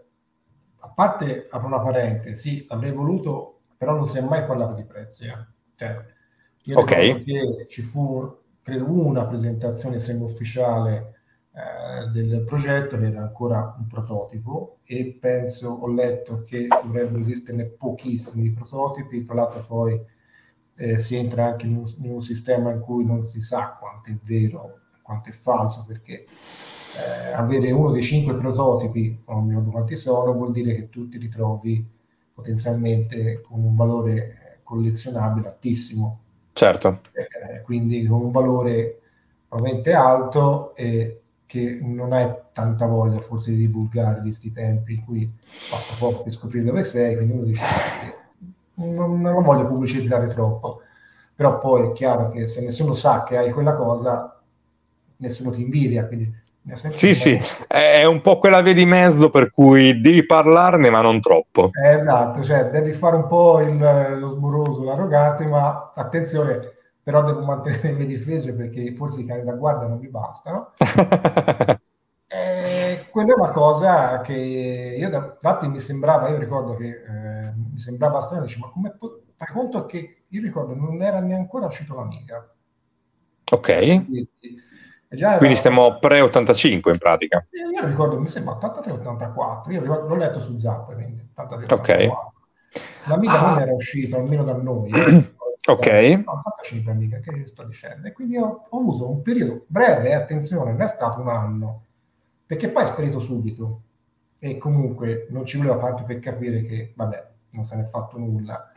a parte, apro una parente, sì, avrei voluto, però non si è mai parlato di prezzi. eh. Cioè, io Ok, ricordo che ci fu, credo, una presentazione semi-ufficiale eh, del progetto, che era ancora un prototipo, e penso, ho letto che dovrebbero esisterne pochissimi prototipi, fra l'altro poi eh, si entra anche in un, in un sistema in cui non si sa quanto è vero, quanto è falso, perché eh, avere uno dei cinque prototipi, non mi ricordo quanti sono, vuol dire che tu ti ritrovi potenzialmente con un valore eh, collezionabile altissimo, certo. eh, quindi con un valore probabilmente alto e che non hai tanta voglia forse di divulgare di questi tempi in cui basta poco per scoprire dove sei, quindi uno dice senti, non, non lo voglio pubblicizzare troppo, però poi è chiaro che se nessuno sa che hai quella cosa, nessuno ti invidia, quindi mi ha sempre Sì, sì, rimasto. è un po' quella via di mezzo per cui devi parlarne ma non troppo. Eh, esatto, cioè devi fare un po' il- lo sboroso, l'arrogante, ma attenzione, però devo mantenere le mie difese perché forse i cani da guardia non mi bastano. Eh, quella è una cosa che io, da- infatti, mi sembrava, io ricordo che eh, mi sembrava strano, dice, ma come po- fai conto che io ricordo non era neanche ancora uscito l'Amiga, Ok, cioè, quindi, e già quindi era stiamo pre ottantacinque in pratica. io io ricordo, mi sembra ottantatré ottantaquattro, io ricordo- l'ho letto su Zappa, quindi ottantatré Ok. ottantaquattro. L'Amiga non Ah, era uscita, almeno da noi, eh. ok, Da- no, ottantacinque Amiga, che sto dicendo. E quindi ho, ho avuto un periodo breve, eh, attenzione, non è stato un anno, perché poi è sparito subito. E comunque non ci voleva tanto per capire che, vabbè, non se n'è fatto nulla.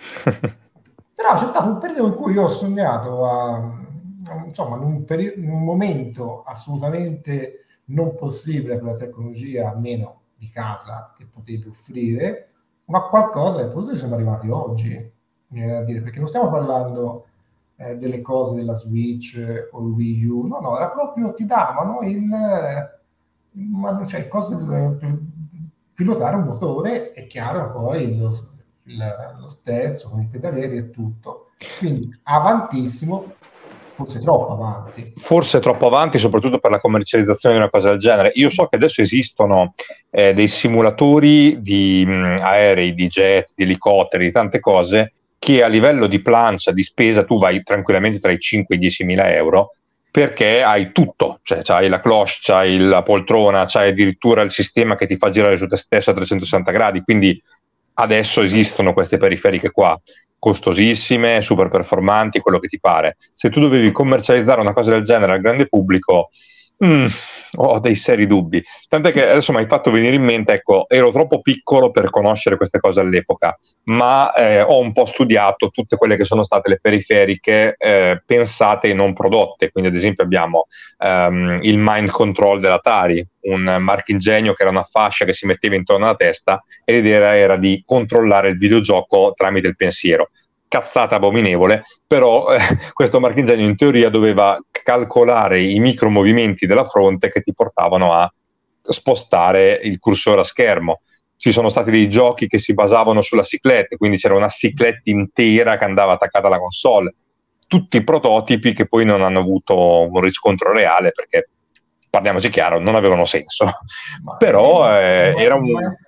Però c'è stato un periodo in cui io ho sognato a, a- insomma, in un, peri- in un momento assolutamente non possibile per la tecnologia, almeno di casa, che potevi offrire, ma qualcosa che forse siamo arrivati oggi, mi viene da dire, perché non stiamo parlando eh, delle cose della Switch eh, o il Wii U, no, no, era proprio, ti davano il, eh, ma, cioè, il costo del- per pilotare un motore, è chiaro, poi lo, il- lo sterzo con i pedalieri e tutto. Quindi avantissimo, forse troppo avanti. forse troppo avanti, soprattutto per la commercializzazione di una cosa del genere. Io so che adesso esistono eh, dei simulatori di mh, aerei, di jet, di elicotteri, di tante cose che a livello di plancia, di spesa, tu vai tranquillamente tra i cinque e i diecimila euro perché hai tutto, cioè c'hai la cloche, c'hai la poltrona, c'hai addirittura il sistema che ti fa girare su te stesso a trecentosessanta gradi, quindi adesso esistono queste periferiche qua, costosissime, super performanti, quello che ti pare. Se tu dovevi commercializzare una cosa del genere al grande pubblico, mm, ho dei seri dubbi. Tant'è che adesso mi hai fatto venire in mente, ecco, ero troppo piccolo per conoscere queste cose all'epoca, ma eh, ho un po' studiato tutte quelle che sono state le periferiche eh, pensate e non prodotte. Quindi, ad esempio, abbiamo ehm, il Mind Control dell'Atari, un marchingegno che era una fascia che si metteva intorno alla testa e l'idea era di controllare il videogioco tramite il pensiero. Cazzata abominevole, però eh, questo marchingegno in teoria doveva calcolare i micromovimenti della fronte che ti portavano a spostare il cursore a schermo. Ci sono stati dei giochi che si basavano sulla ciclette, quindi c'era una ciclette intera che andava attaccata alla console. Tutti prototipi che poi non hanno avuto un riscontro reale perché, parliamoci chiaro, non avevano senso. Ma, Però eh, eh, ma, era ma, un...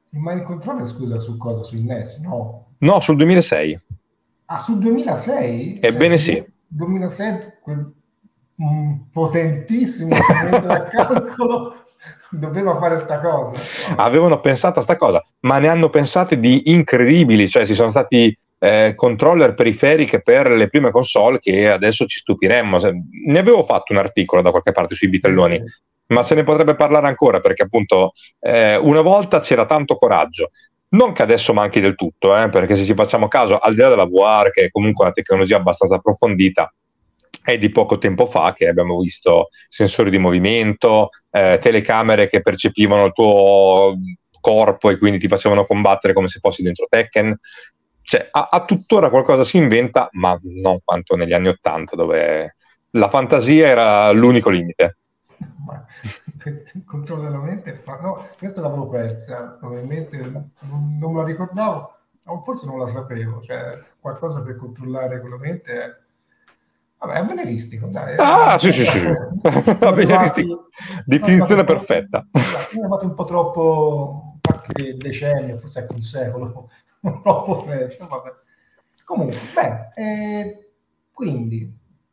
Il Mind Controller, scusa, su cosa? Sul N E S? No. No, sul duemilasei. Ah, sul duemilasei? Cioè, Ebbene sul sì. duemilasei, quel un potentissimo strumento da calcolo doveva fare sta cosa. Wow. Avevano pensato a sta cosa, ma ne hanno pensate di incredibili, cioè ci sono stati eh, controller periferiche per le prime console che adesso ci stupiremmo. Ne avevo fatto un articolo da qualche parte sui Sì, bitelloni, sì. ma se ne potrebbe parlare ancora, perché appunto eh, una volta c'era tanto coraggio. Non che adesso manchi del tutto, eh, perché se ci facciamo caso, al di là della V R, che è comunque una tecnologia abbastanza approfondita, è di poco tempo fa che abbiamo visto sensori di movimento, eh, telecamere che percepivano il tuo corpo e quindi ti facevano combattere come se fossi dentro Tekken. Cioè, a, a tuttora qualcosa si inventa, ma non quanto negli anni Ottanta, dove la fantasia era l'unico limite. Ma il controllo della mente fa... no, questa l'avevo persa probabilmente, non, non me la ricordavo, o forse non la sapevo, cioè qualcosa per controllare con la mente è... Vabbè, è avveniristico, dai. Ah, Eh. sì, sì, sì, sì. Siamo arrivati, siamo arrivati Definizione un po', perfetta. siamo arrivati un po' troppo, qualche decennio, forse anche un secolo, troppo presto, vabbè. Comunque, beh, eh, quindi,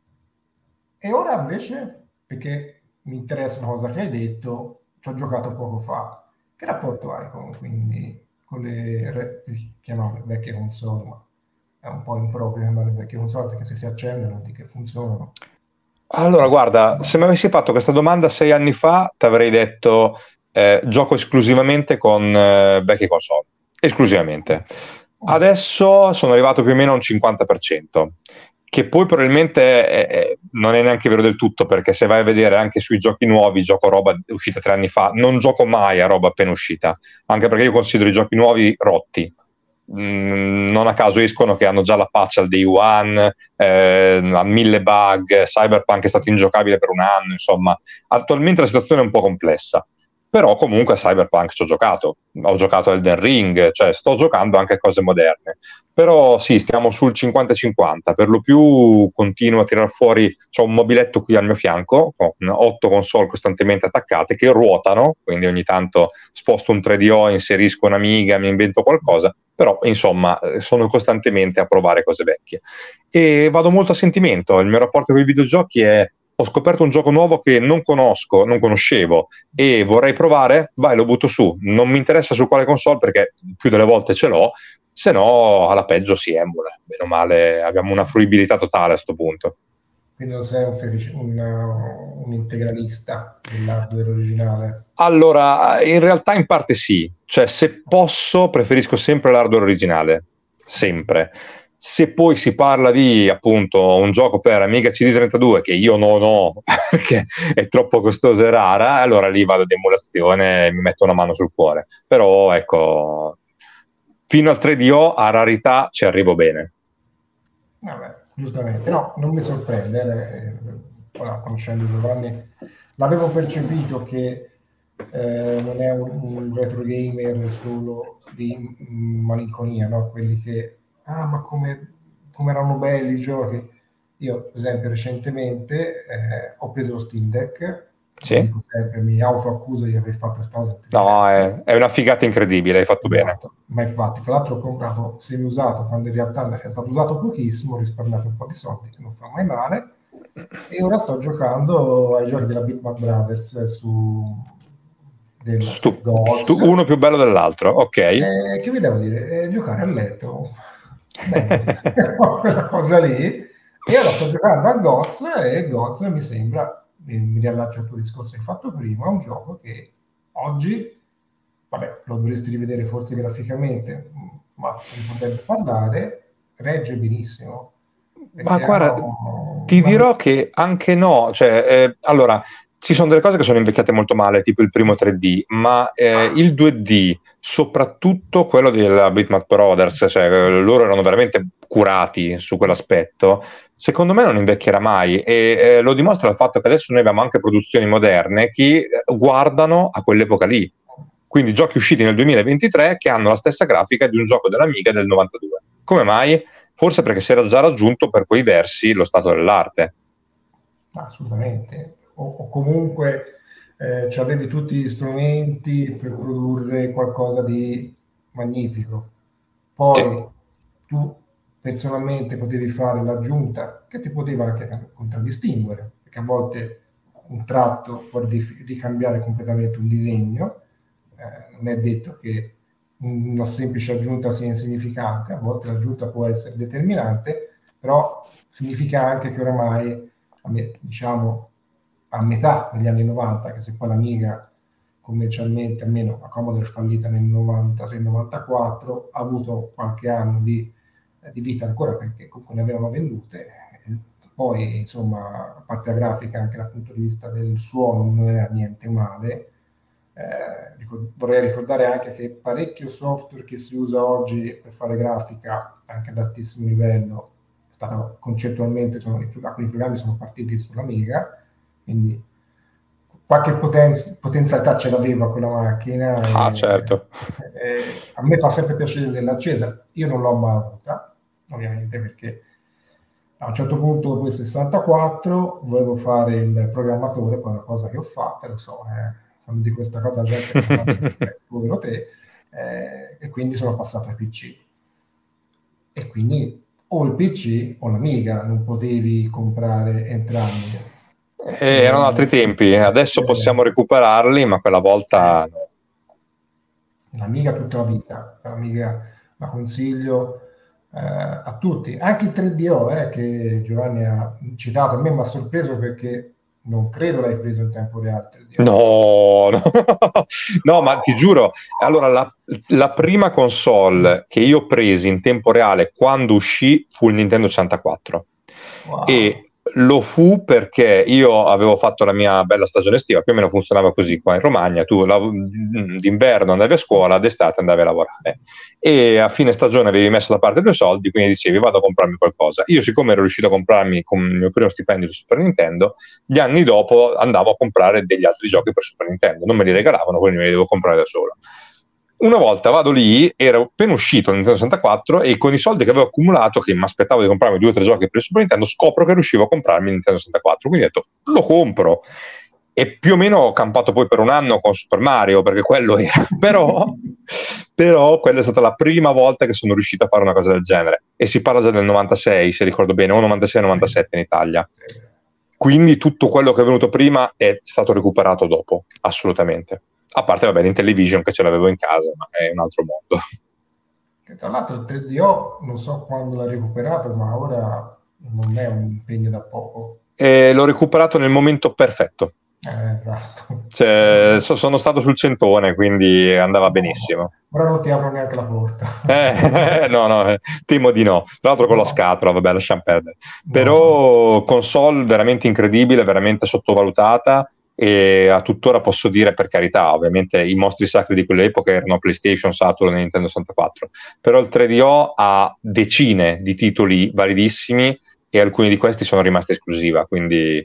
e ora invece, perché mi interessa una cosa che hai detto, ci ho giocato poco fa. Che rapporto hai con, quindi, con le, re- chiamiamole vecchie console, ma è un po' improprio chiamare vecchie console perché se si accendono di che funzionano. Allora, guarda, se mi avessi fatto questa domanda sei anni fa, ti avrei detto eh, gioco esclusivamente con eh, vecchie console, esclusivamente. Oh, Adesso sono arrivato più o meno a un cinquanta per cento, che poi probabilmente è- è- non è neanche vero del tutto, perché se vai a vedere anche sui giochi nuovi, gioco roba uscita tre anni fa, non gioco mai a roba appena uscita, anche perché io considero i giochi nuovi rotti. Mm, non a caso escono che hanno già la patch al day one, eh, ha mille bug, Cyberpunk è stato ingiocabile per un anno, insomma, attualmente la situazione è un po' complessa, però comunque a Cyberpunk ci ho giocato, ho giocato a Elden Ring, cioè sto giocando anche a cose moderne, però sì, stiamo sul cinquanta cinquanta, per lo più continuo a tirar fuori, c'ho un mobiletto qui al mio fianco, con otto console costantemente attaccate che ruotano, quindi ogni tanto sposto un tre D O, inserisco un'Amiga, mi invento qualcosa, però insomma sono costantemente a provare cose vecchie e vado molto a sentimento. Il mio rapporto con i videogiochi è: ho scoperto un gioco nuovo che non conosco, non conoscevo e vorrei provare, vai, lo butto su. Non mi interessa su quale console perché più delle volte ce l'ho, se no alla peggio si emula. Bene o male abbiamo una fruibilità totale a questo punto. quindi non sei un, fetici- un, uh, un integralista dell'hardware originale. Allora, in realtà in parte sì, cioè se posso preferisco sempre l'hardware originale, sempre. Se poi si parla di appunto un gioco per Amiga C D trentadue che io non ho perché è troppo costosa e rara, allora lì vado di emulazione e mi metto una mano sul cuore. Però ecco, fino al tre D O a rarità ci arrivo bene. Vabbè, giustamente, no, non mi sorprende. eh, eh, ora, conoscendo Giovanni, l'avevo percepito che eh, non è un, un retro gamer solo di mm, malinconia, no? Quelli che, ah, ma come, come erano belli i giochi. Io, per esempio, recentemente eh, ho preso lo Steam Deck, lo Sì? dico sempre, mi autoaccuso di aver fatto questa cosa No, intelligente. è, è una figata incredibile, hai fatto bene. Esatto, ma infatti, fra l'altro ho comprato semi-usato quando in realtà è stato usato pochissimo, ho risparmiato un po' di soldi, che non fa mai male, e ora sto giocando ai giochi della Bitmap Brothers su del Stu- stu- Gods, uno più bello dell'altro, ok. eh, che vi devo dire, eh, giocare a letto, bene, quella cosa lì, e ora sto giocando a Gods e Gods mi sembra, mi, mi riallaccio al tuo discorso che hai fatto prima, è un gioco che oggi vabbè, lo dovresti rivedere forse graficamente, ma se ne potrebbe parlare, regge benissimo, Ma perché guarda, hanno ti una... dirò che anche no, cioè, eh, allora, ci sono delle cose che sono invecchiate molto male, tipo il primo tre D, ma eh, il due D, soprattutto quello della Bitmap Brothers, cioè eh, loro erano veramente curati su quell'aspetto, secondo me non invecchierà mai e eh, lo dimostra il fatto che adesso noi abbiamo anche produzioni moderne che eh, guardano a quell'epoca lì, quindi giochi usciti nel duemilaventitré che hanno la stessa grafica di un gioco dell'Amiga del novantadue. Come mai? Forse perché si era già raggiunto per quei versi lo stato dell'arte. Assolutamente, o, o comunque eh, cioè avevi tutti gli strumenti per produrre qualcosa di magnifico. Poi Sì. tu personalmente potevi fare l'aggiunta che ti poteva anche contraddistinguere, perché a volte un tratto può rif- ricambiare completamente un disegno, eh, non è detto che una semplice aggiunta sia insignificante, a volte l'aggiunta può essere determinante, però significa anche che oramai, a me- diciamo, a metà degli anni novanta, che se poi l'Amiga commercialmente, almeno la Commodore è fallita nel novantatré novantaquattro, ha avuto qualche anno di, eh, di vita ancora perché comunque ne avevano vendute. Eh, Poi, insomma, a parte la grafica, anche dal punto di vista del suono non era niente male. Eh, ricor- vorrei ricordare anche che parecchio software che si usa oggi per fare grafica anche ad altissimo livello è stato concettualmente, sono, alcuni programmi sono partiti sull'Amiga, quindi qualche potenz- potenzialità ce l'aveva quella macchina Ah, e, certo. e a me fa sempre piacere dell'accesa. Io non l'ho mai avuta, ovviamente, perché a un certo punto, dopo il sessantaquattro, volevo fare il programmatore, poi è una cosa che ho fatto, lo so, eh, quando di questa cosa la gente fa, eh, povero te, eh, e quindi sono passato ai P C. E quindi o il P C o l'Amiga, non potevi comprare entrambi. Eh, Eh, erano altri tempi, adesso possiamo eh, recuperarli, ma quella volta no. L'Amiga tutta la vita, l'Amiga la consiglio eh, a tutti, anche il tre D O eh, che Giovanni ha citato, a me mi ha sorpreso perché non credo l'hai preso in tempo reale il tre D O. No, no, no, ma ti giuro, allora la, la prima console che io presi in tempo reale quando uscì fu il Nintendo sessantaquattro Wow. e lo fu perché io avevo fatto la mia bella stagione estiva, più o meno funzionava così qua in Romagna, tu lav- d'inverno andavi a scuola, d'estate andavi a lavorare e a fine stagione avevi messo da parte due soldi, quindi dicevi vado a comprarmi qualcosa. Io siccome ero riuscito a comprarmi con il mio primo stipendio di Super Nintendo, gli anni dopo andavo a comprare degli altri giochi per Super Nintendo, non me li regalavano, quindi me li devo comprare da solo. Una volta vado lì, era appena uscito il Nintendo sessantaquattro e con i soldi che avevo accumulato, che mi aspettavo di comprarmi due o tre giochi per il Super Nintendo, scopro che riuscivo a comprarmi il Nintendo sessantaquattro, quindi ho detto lo compro. E più o meno ho campato poi per un anno con Super Mario, perché quello era, però, però quella è stata la prima volta che sono riuscito a fare una cosa del genere. E si parla già del novantasei, se ricordo bene, o novantasei Sì, novantasette in Italia. sì. Quindi tutto quello che è venuto prima è stato recuperato dopo, assolutamente. A parte, vabbè, l'Intellivision che ce l'avevo in casa, ma è un altro mondo. Che tra l'altro il tre D O non so quando l'ha recuperato, ma ora non è un impegno da poco. E l'ho recuperato nel momento perfetto. Eh, esatto. Cioè, so- sono stato sul centone, quindi andava No, benissimo. ora non ti apro neanche la porta. Eh, no, no, eh, temo di no. Tra l'altro con la No, scatola, vabbè, lasciamo perdere. no, no. Però console veramente incredibile, veramente sottovalutata e a tuttora posso dire, per carità, ovviamente i mostri sacri di quell'epoca erano PlayStation, Saturn e Nintendo sessantaquattro, però il tre D O ha decine di titoli validissimi e alcuni di questi sono rimasti esclusiva, quindi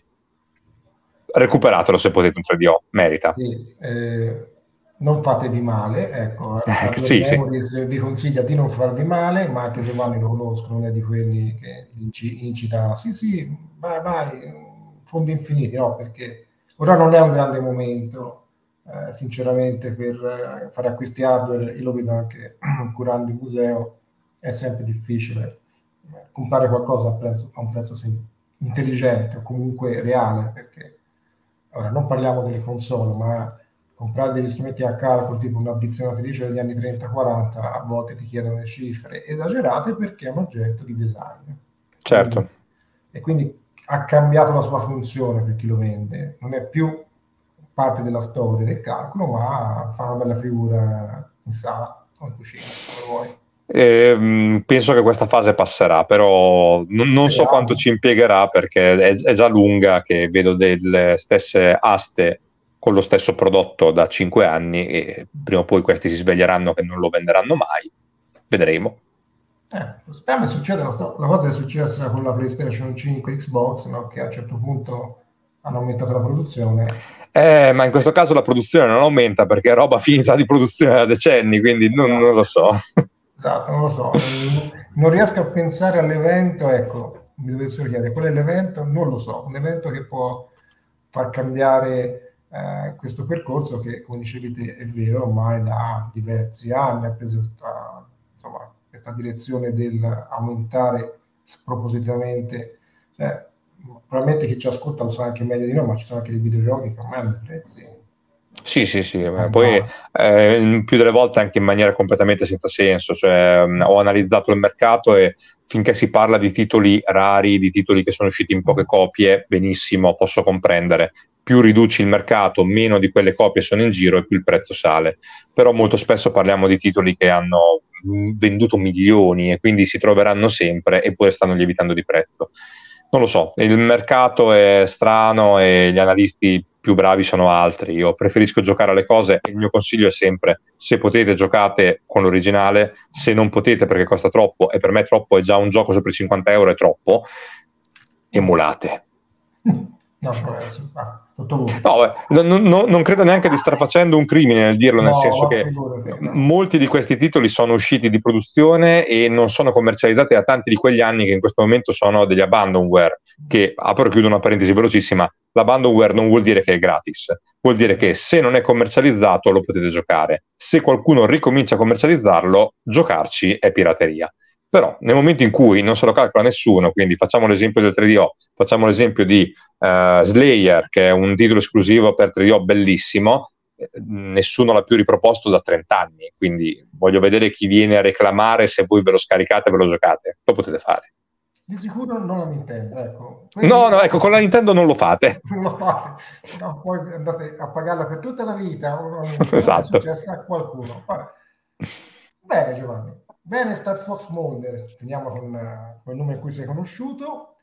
recuperatelo se potete un tre D O, merita. Sì, eh, non fatevi male, ecco, Eh, Hardware sì, sì, Memories vi consiglia di non farvi male, ma anche Giovanni lo conosco, non è di quelli che inci- incita, sì, sì, vai, vai, fondi infiniti, no, perché ora non è un grande momento, eh, sinceramente, per eh, fare acquisti hardware, io lo vedo anche curando il museo, è sempre difficile eh, comprare qualcosa a, prezzo- a un prezzo sem- intelligente o comunque reale, perché ora non parliamo delle console, ma comprare degli strumenti a calcolo, tipo un'addizionatrice degli anni trenta quaranta, a volte ti chiedono le cifre esagerate perché è un oggetto di design. Quindi, certo. e quindi ha cambiato la sua funzione per chi lo vende. Non è più parte della storia del calcolo, ma fa una bella figura in sala o in cucina, come vuoi. E, mh, penso che questa fase passerà, però non, non so quanto Speriamo. ci impiegherà perché è, è già lunga che vedo delle stesse aste con lo stesso prodotto da cinque anni e prima o poi questi si sveglieranno che non lo venderanno mai. Vedremo. Eh, speriamo che succeda la, sto- la cosa che è successa con la PlayStation cinque Xbox, no? Che a un certo punto hanno aumentato la produzione. Eh, ma in questo caso la produzione non aumenta perché è roba finita di produzione da decenni, quindi non, non lo Esatto, so. esatto, non lo so, non, non riesco a pensare all'evento, ecco, mi dovessero chiedere qual è l'evento, non lo so, un evento che può far cambiare eh, questo percorso che, come dicevi te, è vero, ormai da diversi anni ha preso questa, insomma, questa direzione del aumentare spropositamente, cioè, probabilmente chi ci ascolta lo sa anche meglio di noi, ma ci sono anche dei videogiochi che ormai hanno dei prezzi. Sì, sì, sì, poi eh, più delle volte anche in maniera completamente senza senso, cioè mh, ho analizzato il mercato e finché si parla di titoli rari, di titoli che sono usciti in poche copie, benissimo, posso comprendere. Più riduci il mercato, meno di quelle copie sono in giro e più il prezzo sale. Però molto spesso parliamo di titoli che hanno mh, venduto milioni e quindi si troveranno sempre eppure stanno lievitando di prezzo. Non lo so, il mercato è strano e gli analisti più bravi sono altri. Io preferisco giocare alle cose e il mio consiglio è sempre: se potete giocate con l'originale, se non potete perché costa troppo, e per me troppo è già un gioco sopra i cinquanta euro, è troppo, emulate. No, adesso, ah, tutto no, no, no, non credo neanche di star facendo un crimine nel dirlo, no, nel senso che figurati, no. molti di questi titoli sono usciti di produzione e non sono commercializzati da tanti di quegli anni che in questo momento sono degli abandonware, che, apro e chiudo una parentesi velocissima, l'abandonware non vuol dire che è gratis, vuol dire che se non è commercializzato lo potete giocare, se qualcuno ricomincia a commercializzarlo, giocarci è pirateria. Però nel momento in cui non se lo calcola nessuno, quindi facciamo l'esempio del tre D O, facciamo l'esempio di uh, Slayer, che è un titolo esclusivo per tre D O bellissimo, eh, nessuno l'ha più riproposto da trenta anni, quindi voglio vedere chi viene a reclamare se voi ve lo scaricate e ve lo giocate, lo potete fare. Di sicuro non la Nintendo, ecco. No, no, ecco, con la Nintendo non lo fate. Non lo fate, no, poi andate a pagarla per tutta la vita, esatto. È successo a qualcuno. Vabbè. Bene Giovanni, bene Star Fox Mulder, finiamo con, uh, con il nome in cui sei conosciuto,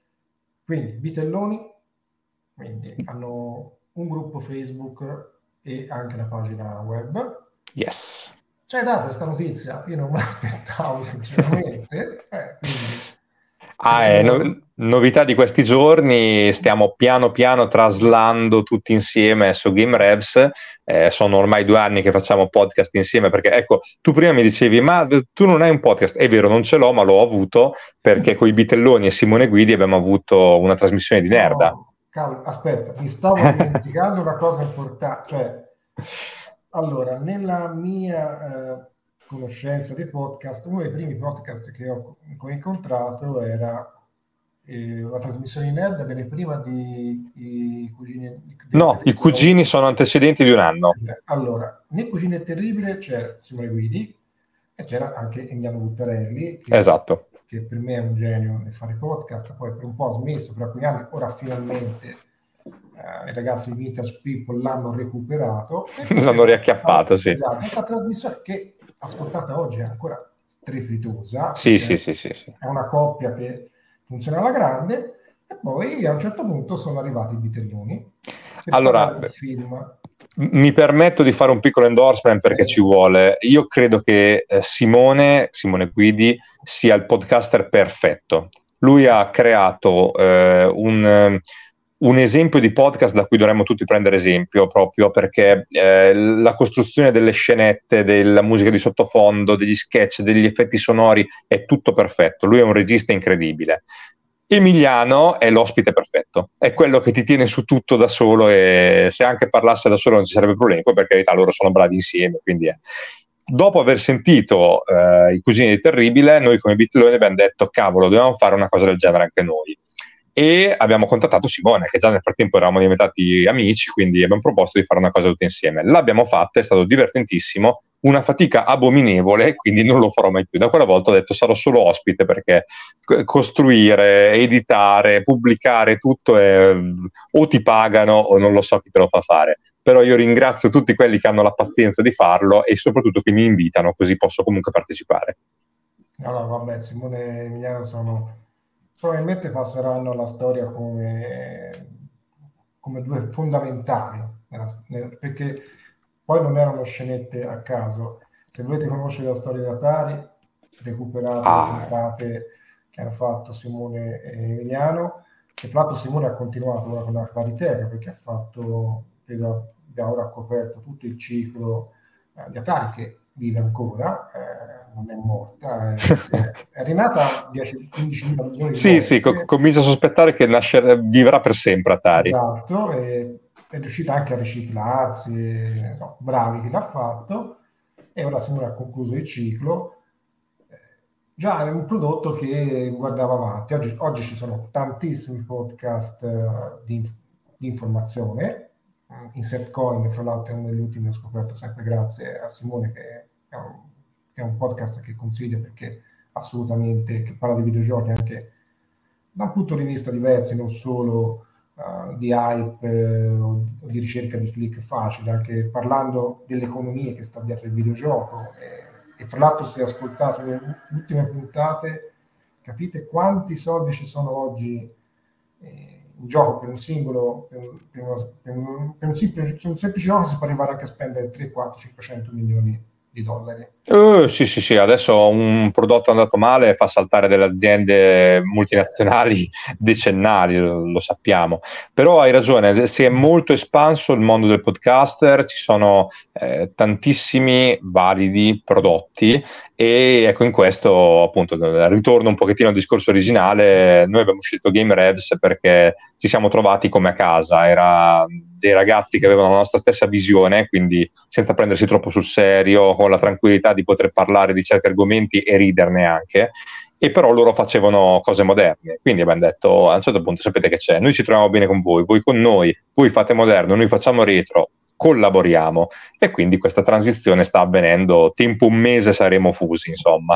quindi Vitelloni, quindi hanno un gruppo Facebook e anche la pagina web. Yes. Ci hai dato questa notizia? Io non me l'aspettavo sinceramente, eh, quindi... Ah, eh, no, novità di questi giorni, stiamo piano piano traslando tutti insieme su Game Revs, eh, sono ormai due anni che facciamo podcast insieme, perché ecco, tu prima mi dicevi, ma tu non hai un podcast, è vero, non ce l'ho, ma l'ho avuto, perché con i Bitelloni e Simone Guidi abbiamo avuto una trasmissione di Nerda. No, cavolo, aspetta, mi stavo dimenticando una cosa importante, cioè, allora, nella mia... Eh, conoscenza dei podcast, uno dei primi podcast che ho, che ho incontrato era eh, una trasmissione in Nerd bene prima di i cugini. No, i cugini sono antecedenti di un anno. Allora, nel Cugini è Terribile c'era Simone Guidi e c'era anche Emiliano Buttarelli, che, esatto. che per me è un genio nel fare podcast, poi per un po' ha smesso per alcuni anni, ora finalmente eh, i ragazzi di Vintage People l'hanno recuperato. L'hanno riacchiappato, sì. Esatto, questa trasmissione che ascoltata oggi è ancora strepitosa, sì, sì, sì, sì, sì. È una coppia che funziona alla grande, e poi a un certo punto sono arrivati i Vitelloni per allora il film. Mi permetto di fare un piccolo endorsement perché sì. Ci vuole. Io credo che eh, Simone, Simone Guidi sia il podcaster perfetto. Lui ha creato eh, un... un esempio di podcast da cui dovremmo tutti prendere esempio, proprio perché eh, la costruzione delle scenette, della musica di sottofondo, degli sketch, degli effetti sonori è tutto perfetto. Lui è un regista incredibile. Emiliano è l'ospite perfetto, è quello che ti tiene su tutto da solo, e se anche parlasse da solo non ci sarebbe problemi, poi per carità loro sono bravi insieme, quindi è. Dopo aver sentito eh, i Cugini di Terribile, noi come Bitelloni abbiamo detto cavolo, dobbiamo fare una cosa del genere anche noi. E abbiamo contattato Simone, che già nel frattempo eravamo diventati amici, quindi abbiamo proposto di fare una cosa tutti insieme. L'abbiamo fatta, è stato divertentissimo, una fatica abominevole, quindi non lo farò mai più. Da quella volta ho detto sarò solo ospite, perché costruire, editare, pubblicare tutto è, o ti pagano o non lo so chi te lo fa fare. Però io ringrazio tutti quelli che hanno la pazienza di farlo e soprattutto che mi invitano, così posso comunque partecipare. Allora, vabbè, Simone e Emiliano sono... probabilmente passeranno alla storia come, come due fondamentali, perché poi non erano scenette a caso. Se volete conoscere la storia di Atari, recuperate ah. le puntate che hanno fatto Simone e Emiliano, che tra l'altro Simone ha continuato ora con la Pariteca, perché ha fatto, credo, abbiamo ora coperto tutto il ciclo eh, di Atari, che vive ancora, eh, non è morta, è, è rinata dieci quindici milioni di sì, volte. Sì, co- comincio a sospettare che nascerà, vivrà per sempre Atari. Esatto, e è riuscita anche a riciclarsi, no, bravi chi l'ha fatto, e ora Simone ha concluso il ciclo. Eh, Già è un prodotto che guardava avanti. Oggi, oggi ci sono tantissimi podcast eh, di, di informazione. Insertcoin, fra l'altro, è uno degli ultimi che ho scoperto, sempre grazie a Simone, che è un, che è un podcast che consiglio perché assolutamente, che parla di videogiochi anche da un punto di vista diverso, non solo uh, di hype eh, o di ricerca di click facile, anche parlando dell'economia che sta dietro il videogioco. E, e fra l'altro, se ascoltate le ultime puntate, capite quanti soldi ci sono oggi eh, in gioco per un singolo, per un, per uno, per un, per un semplice, per un semplice gioco si può arrivare anche a spendere tre, quattro, cinquecento milioni di dollari. Uh, sì, sì, sì, adesso un prodotto andato male fa saltare delle aziende multinazionali decennali, lo, lo sappiamo. Però hai ragione, si è molto espanso il mondo del podcaster, ci sono eh, tantissimi validi prodotti e ecco, in questo appunto ritorno un pochettino al discorso originale. Noi abbiamo scelto Game Revs perché ci siamo trovati come a casa, era dei ragazzi che avevano la nostra stessa visione, quindi senza prendersi troppo sul serio, con la tranquillità di poter parlare di certi argomenti e riderne anche, e però loro facevano cose moderne, quindi abbiamo detto a un certo punto sapete che c'è, noi ci troviamo bene con voi, voi con noi, voi fate moderno, noi facciamo retro, collaboriamo, e quindi questa transizione sta avvenendo, tempo un mese saremo fusi, insomma.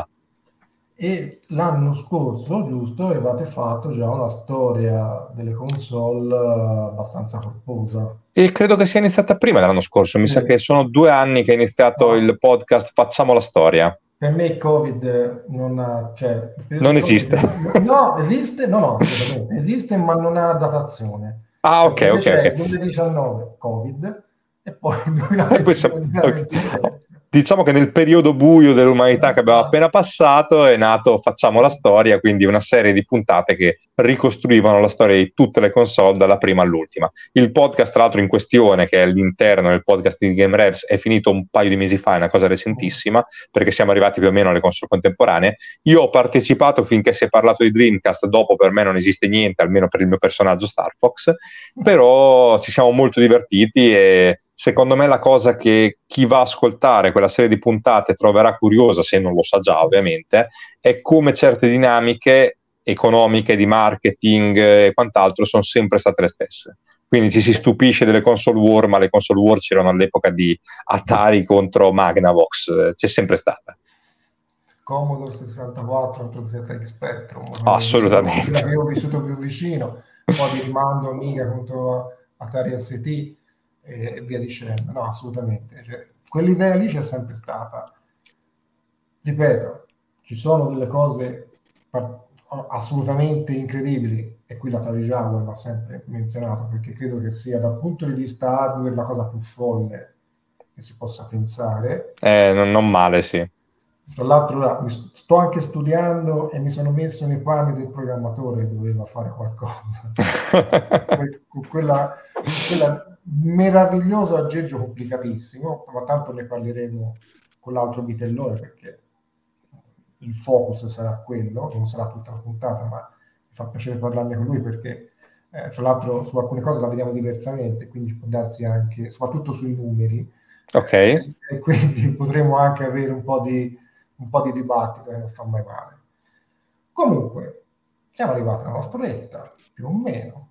E l'anno scorso, giusto, avevate fatto già una storia delle console abbastanza corposa. E credo che sia iniziata prima dell'anno scorso, mi Sì. sa che sono due anni che è iniziato No, il podcast Facciamo la storia. per me il Covid non ha, cioè, il periodo Non del esiste. Covid, no, esiste, no, no, assolutamente, esiste, ma non ha datazione. Ah, Cioè, ok, per me ok, c'è ok. il duemiladiciannove Covid e poi il Questo- ok. duemilaventitré. Diciamo che nel periodo buio dell'umanità che abbiamo Esatto. appena passato è nato Facciamo la storia, quindi una serie di puntate che ricostruivano la storia di tutte le console dalla prima all'ultima. Il podcast, tra l'altro, in questione, che è all'interno del podcast di Game Revs, è finito un paio di mesi fa, è una cosa recentissima, perché siamo arrivati più o meno alle console contemporanee. Io ho partecipato finché si è parlato di Dreamcast, dopo per me non esiste niente, almeno per il mio personaggio Star Fox, però ci siamo molto divertiti e secondo me la cosa che chi va a ascoltare quella serie di puntate troverà curiosa, se non lo sa già ovviamente, è come certe dinamiche economiche, di marketing e quant'altro sono sempre state le stesse. Quindi ci si stupisce delle console war, ma le console war c'erano all'epoca di Atari contro Magnavox, c'è sempre stata. Commodore sessantaquattro contro Z X Spectrum, quella che Assolutamente. ho vissuto più vicino, un po' di rimando Amiga contro Atari S T e via dicendo. No, assolutamente. Cioè, quell'idea lì c'è sempre stata. Ripeto, ci sono delle cose par- assolutamente incredibili, e qui l'Atari Jaguar va sempre menzionato perché credo che sia dal punto di vista hardware la cosa più folle che si possa pensare. Eh, non, non male, sì. Tra l'altro ora mi sto anche studiando e mi sono messo nei panni del programmatore che doveva fare qualcosa. Con quella, quella meravigliosa aggeggio complicatissimo, ma tanto ne parleremo con l'altro vitellone perché il focus sarà quello, non sarà tutta la puntata, ma mi fa piacere parlarne con lui perché eh, tra l'altro su alcune cose la vediamo diversamente, quindi può darsi anche, soprattutto sui numeri, Ok. eh, e quindi potremo anche avere un po' di, un po' di dibattito che non fa mai male. Comunque, siamo arrivati alla nostra retta, più o meno.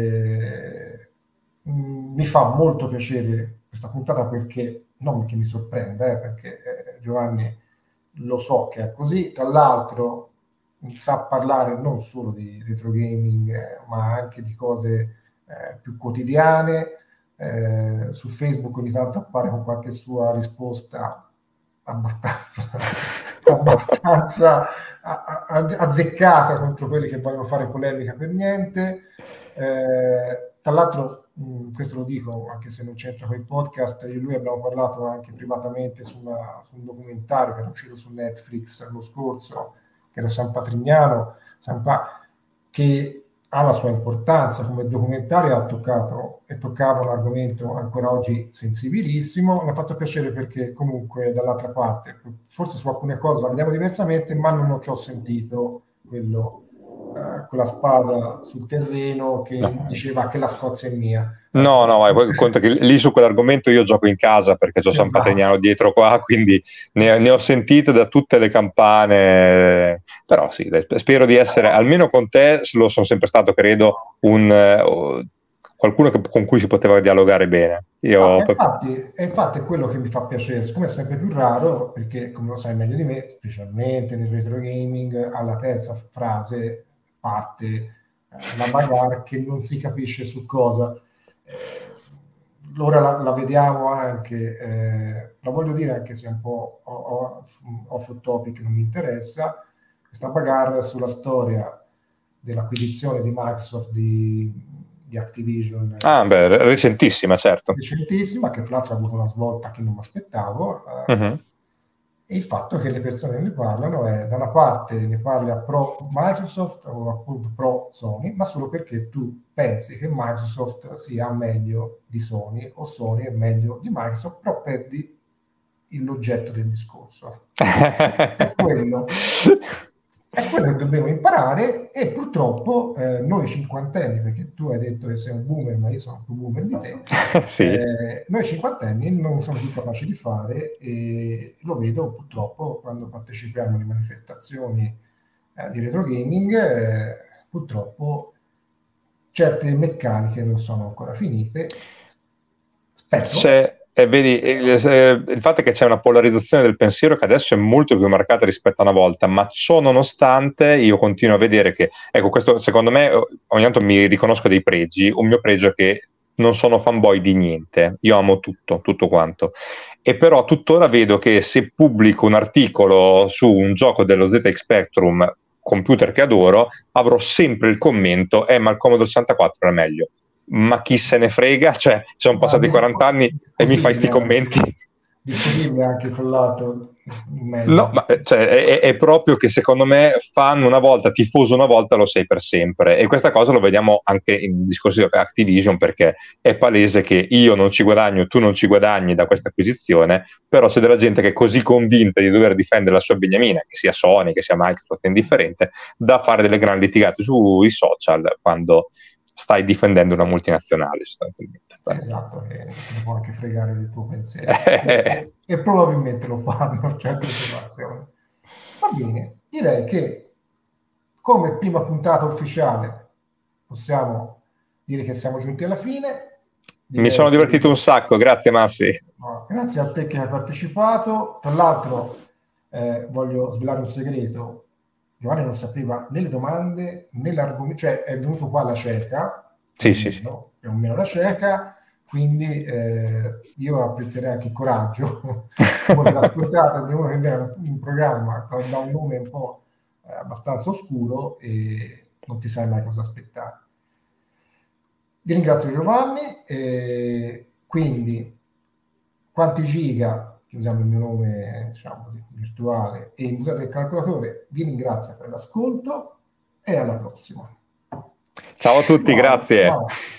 Eh, mh, mi fa molto piacere questa puntata perché, non che mi sorprenda, eh, perché eh, Giovanni lo so che è così, tra l'altro sa parlare non solo di retro gaming, eh, ma anche di cose eh, più quotidiane. Eh, su Facebook ogni tanto appare con qualche sua risposta abbastanza, abbastanza a- a- azzeccata contro quelli che vogliono fare polemica per niente. Eh, tra l'altro, mh, questo lo dico anche se non c'entra con il podcast, io e lui abbiamo parlato anche privatamente su, una, su un documentario che era uscito su Netflix l'anno scorso, che era San Patrignano, San pa- che ha la sua importanza come documentario, ha toccato e toccava un argomento ancora oggi sensibilissimo. Mi ha fatto piacere perché comunque dall'altra parte, forse su alcune cose la vediamo diversamente, ma non ci ho sentito quello uh, con la spada sul terreno che no. diceva che la Scozia è mia. No, no, vai, poi conta che lì su quell'argomento io gioco in casa perché c'ho esatto. San Patrignano dietro qua, quindi ne, ne ho sentite da tutte le campane, però sì, dai, spero di essere, almeno con te lo sono sempre stato, credo, un... Uh, qualcuno che, con cui si poteva dialogare bene. Io... No, infatti, infatti è quello che mi fa piacere, siccome è sempre più raro, perché come lo sai meglio di me, specialmente nel retro gaming, alla terza frase parte eh, la bagarre che non si capisce su cosa. Eh, ora la, la vediamo anche, eh, la voglio dire anche se è un po' off topic, non mi interessa, questa bagarre sulla storia dell'acquisizione di Microsoft di di Activision. Ah, beh, recentissima, certo. Recentissima, che tra l'altro ha avuto una svolta che non mi aspettavo. Eh, uh-huh. E il fatto che le persone ne parlano è, da una parte ne parli a pro Microsoft o appunto pro Sony, ma solo perché tu pensi che Microsoft sia meglio di Sony o Sony è meglio di Microsoft, però perdi l'oggetto del discorso. È quello. È quello che dobbiamo imparare e purtroppo eh, noi cinquantenni, perché tu hai detto che sei un boomer, ma io sono più boomer di te, sì. eh, noi cinquantenni non siamo più capaci di fare e lo vedo purtroppo quando partecipiamo alle manifestazioni eh, di retro gaming, eh, purtroppo certe meccaniche non sono ancora finite. Spero. C'è... E vedi, il, il fatto è che c'è una polarizzazione del pensiero che adesso è molto più marcata rispetto a una volta, ma ciò nonostante io continuo a vedere che, ecco, questo secondo me, ogni tanto mi riconosco dei pregi, un mio pregio è che non sono fanboy di niente, io amo tutto, tutto quanto, e però tuttora vedo che se pubblico un articolo su un gioco dello Z X Spectrum, computer che adoro, avrò sempre il commento, eh ma il Commodore sessantaquattro è meglio. Ma chi se ne frega, cioè sono passati ah, quaranta anni e mi fai sti commenti. Discutibile anche quel lato. No, ma cioè, è, è proprio che secondo me fan una volta, tifoso una volta, lo sei per sempre, e questa cosa lo vediamo anche in discorsi di Activision, perché è palese che io non ci guadagno, tu non ci guadagni da questa acquisizione, però c'è della gente che è così convinta di dover difendere la sua beniamina, che sia Sony, che sia Microsoft, è indifferente, da fare delle grandi litigate sui social quando stai difendendo una multinazionale sostanzialmente. Esatto, e ti può anche fregare del tuo pensiero. e, e probabilmente lo fanno certe situazioni. Va bene, direi che come prima puntata ufficiale possiamo dire che siamo giunti alla fine. Direi Mi sono divertito che... un sacco, grazie Massi. No, grazie a te che hai partecipato. Tra l'altro eh, voglio svelare un segreto. Giovanni non sapeva né le domande né l'argomento, cioè è venuto qua alla cieca, sì, sì, sì. più o meno la cieca, quindi eh, io apprezzerei anche il coraggio. Come l'ascoltate di uno che viene un programma da un nome un po' eh, abbastanza oscuro e non ti sai mai cosa aspettare. Vi ringrazio Giovanni, eh, quindi quanti giga, usiamo il mio nome diciamo, virtuale e usate il calcolatore, vi ringrazio per l'ascolto e alla prossima. Ciao a tutti, ciao, grazie. Ciao.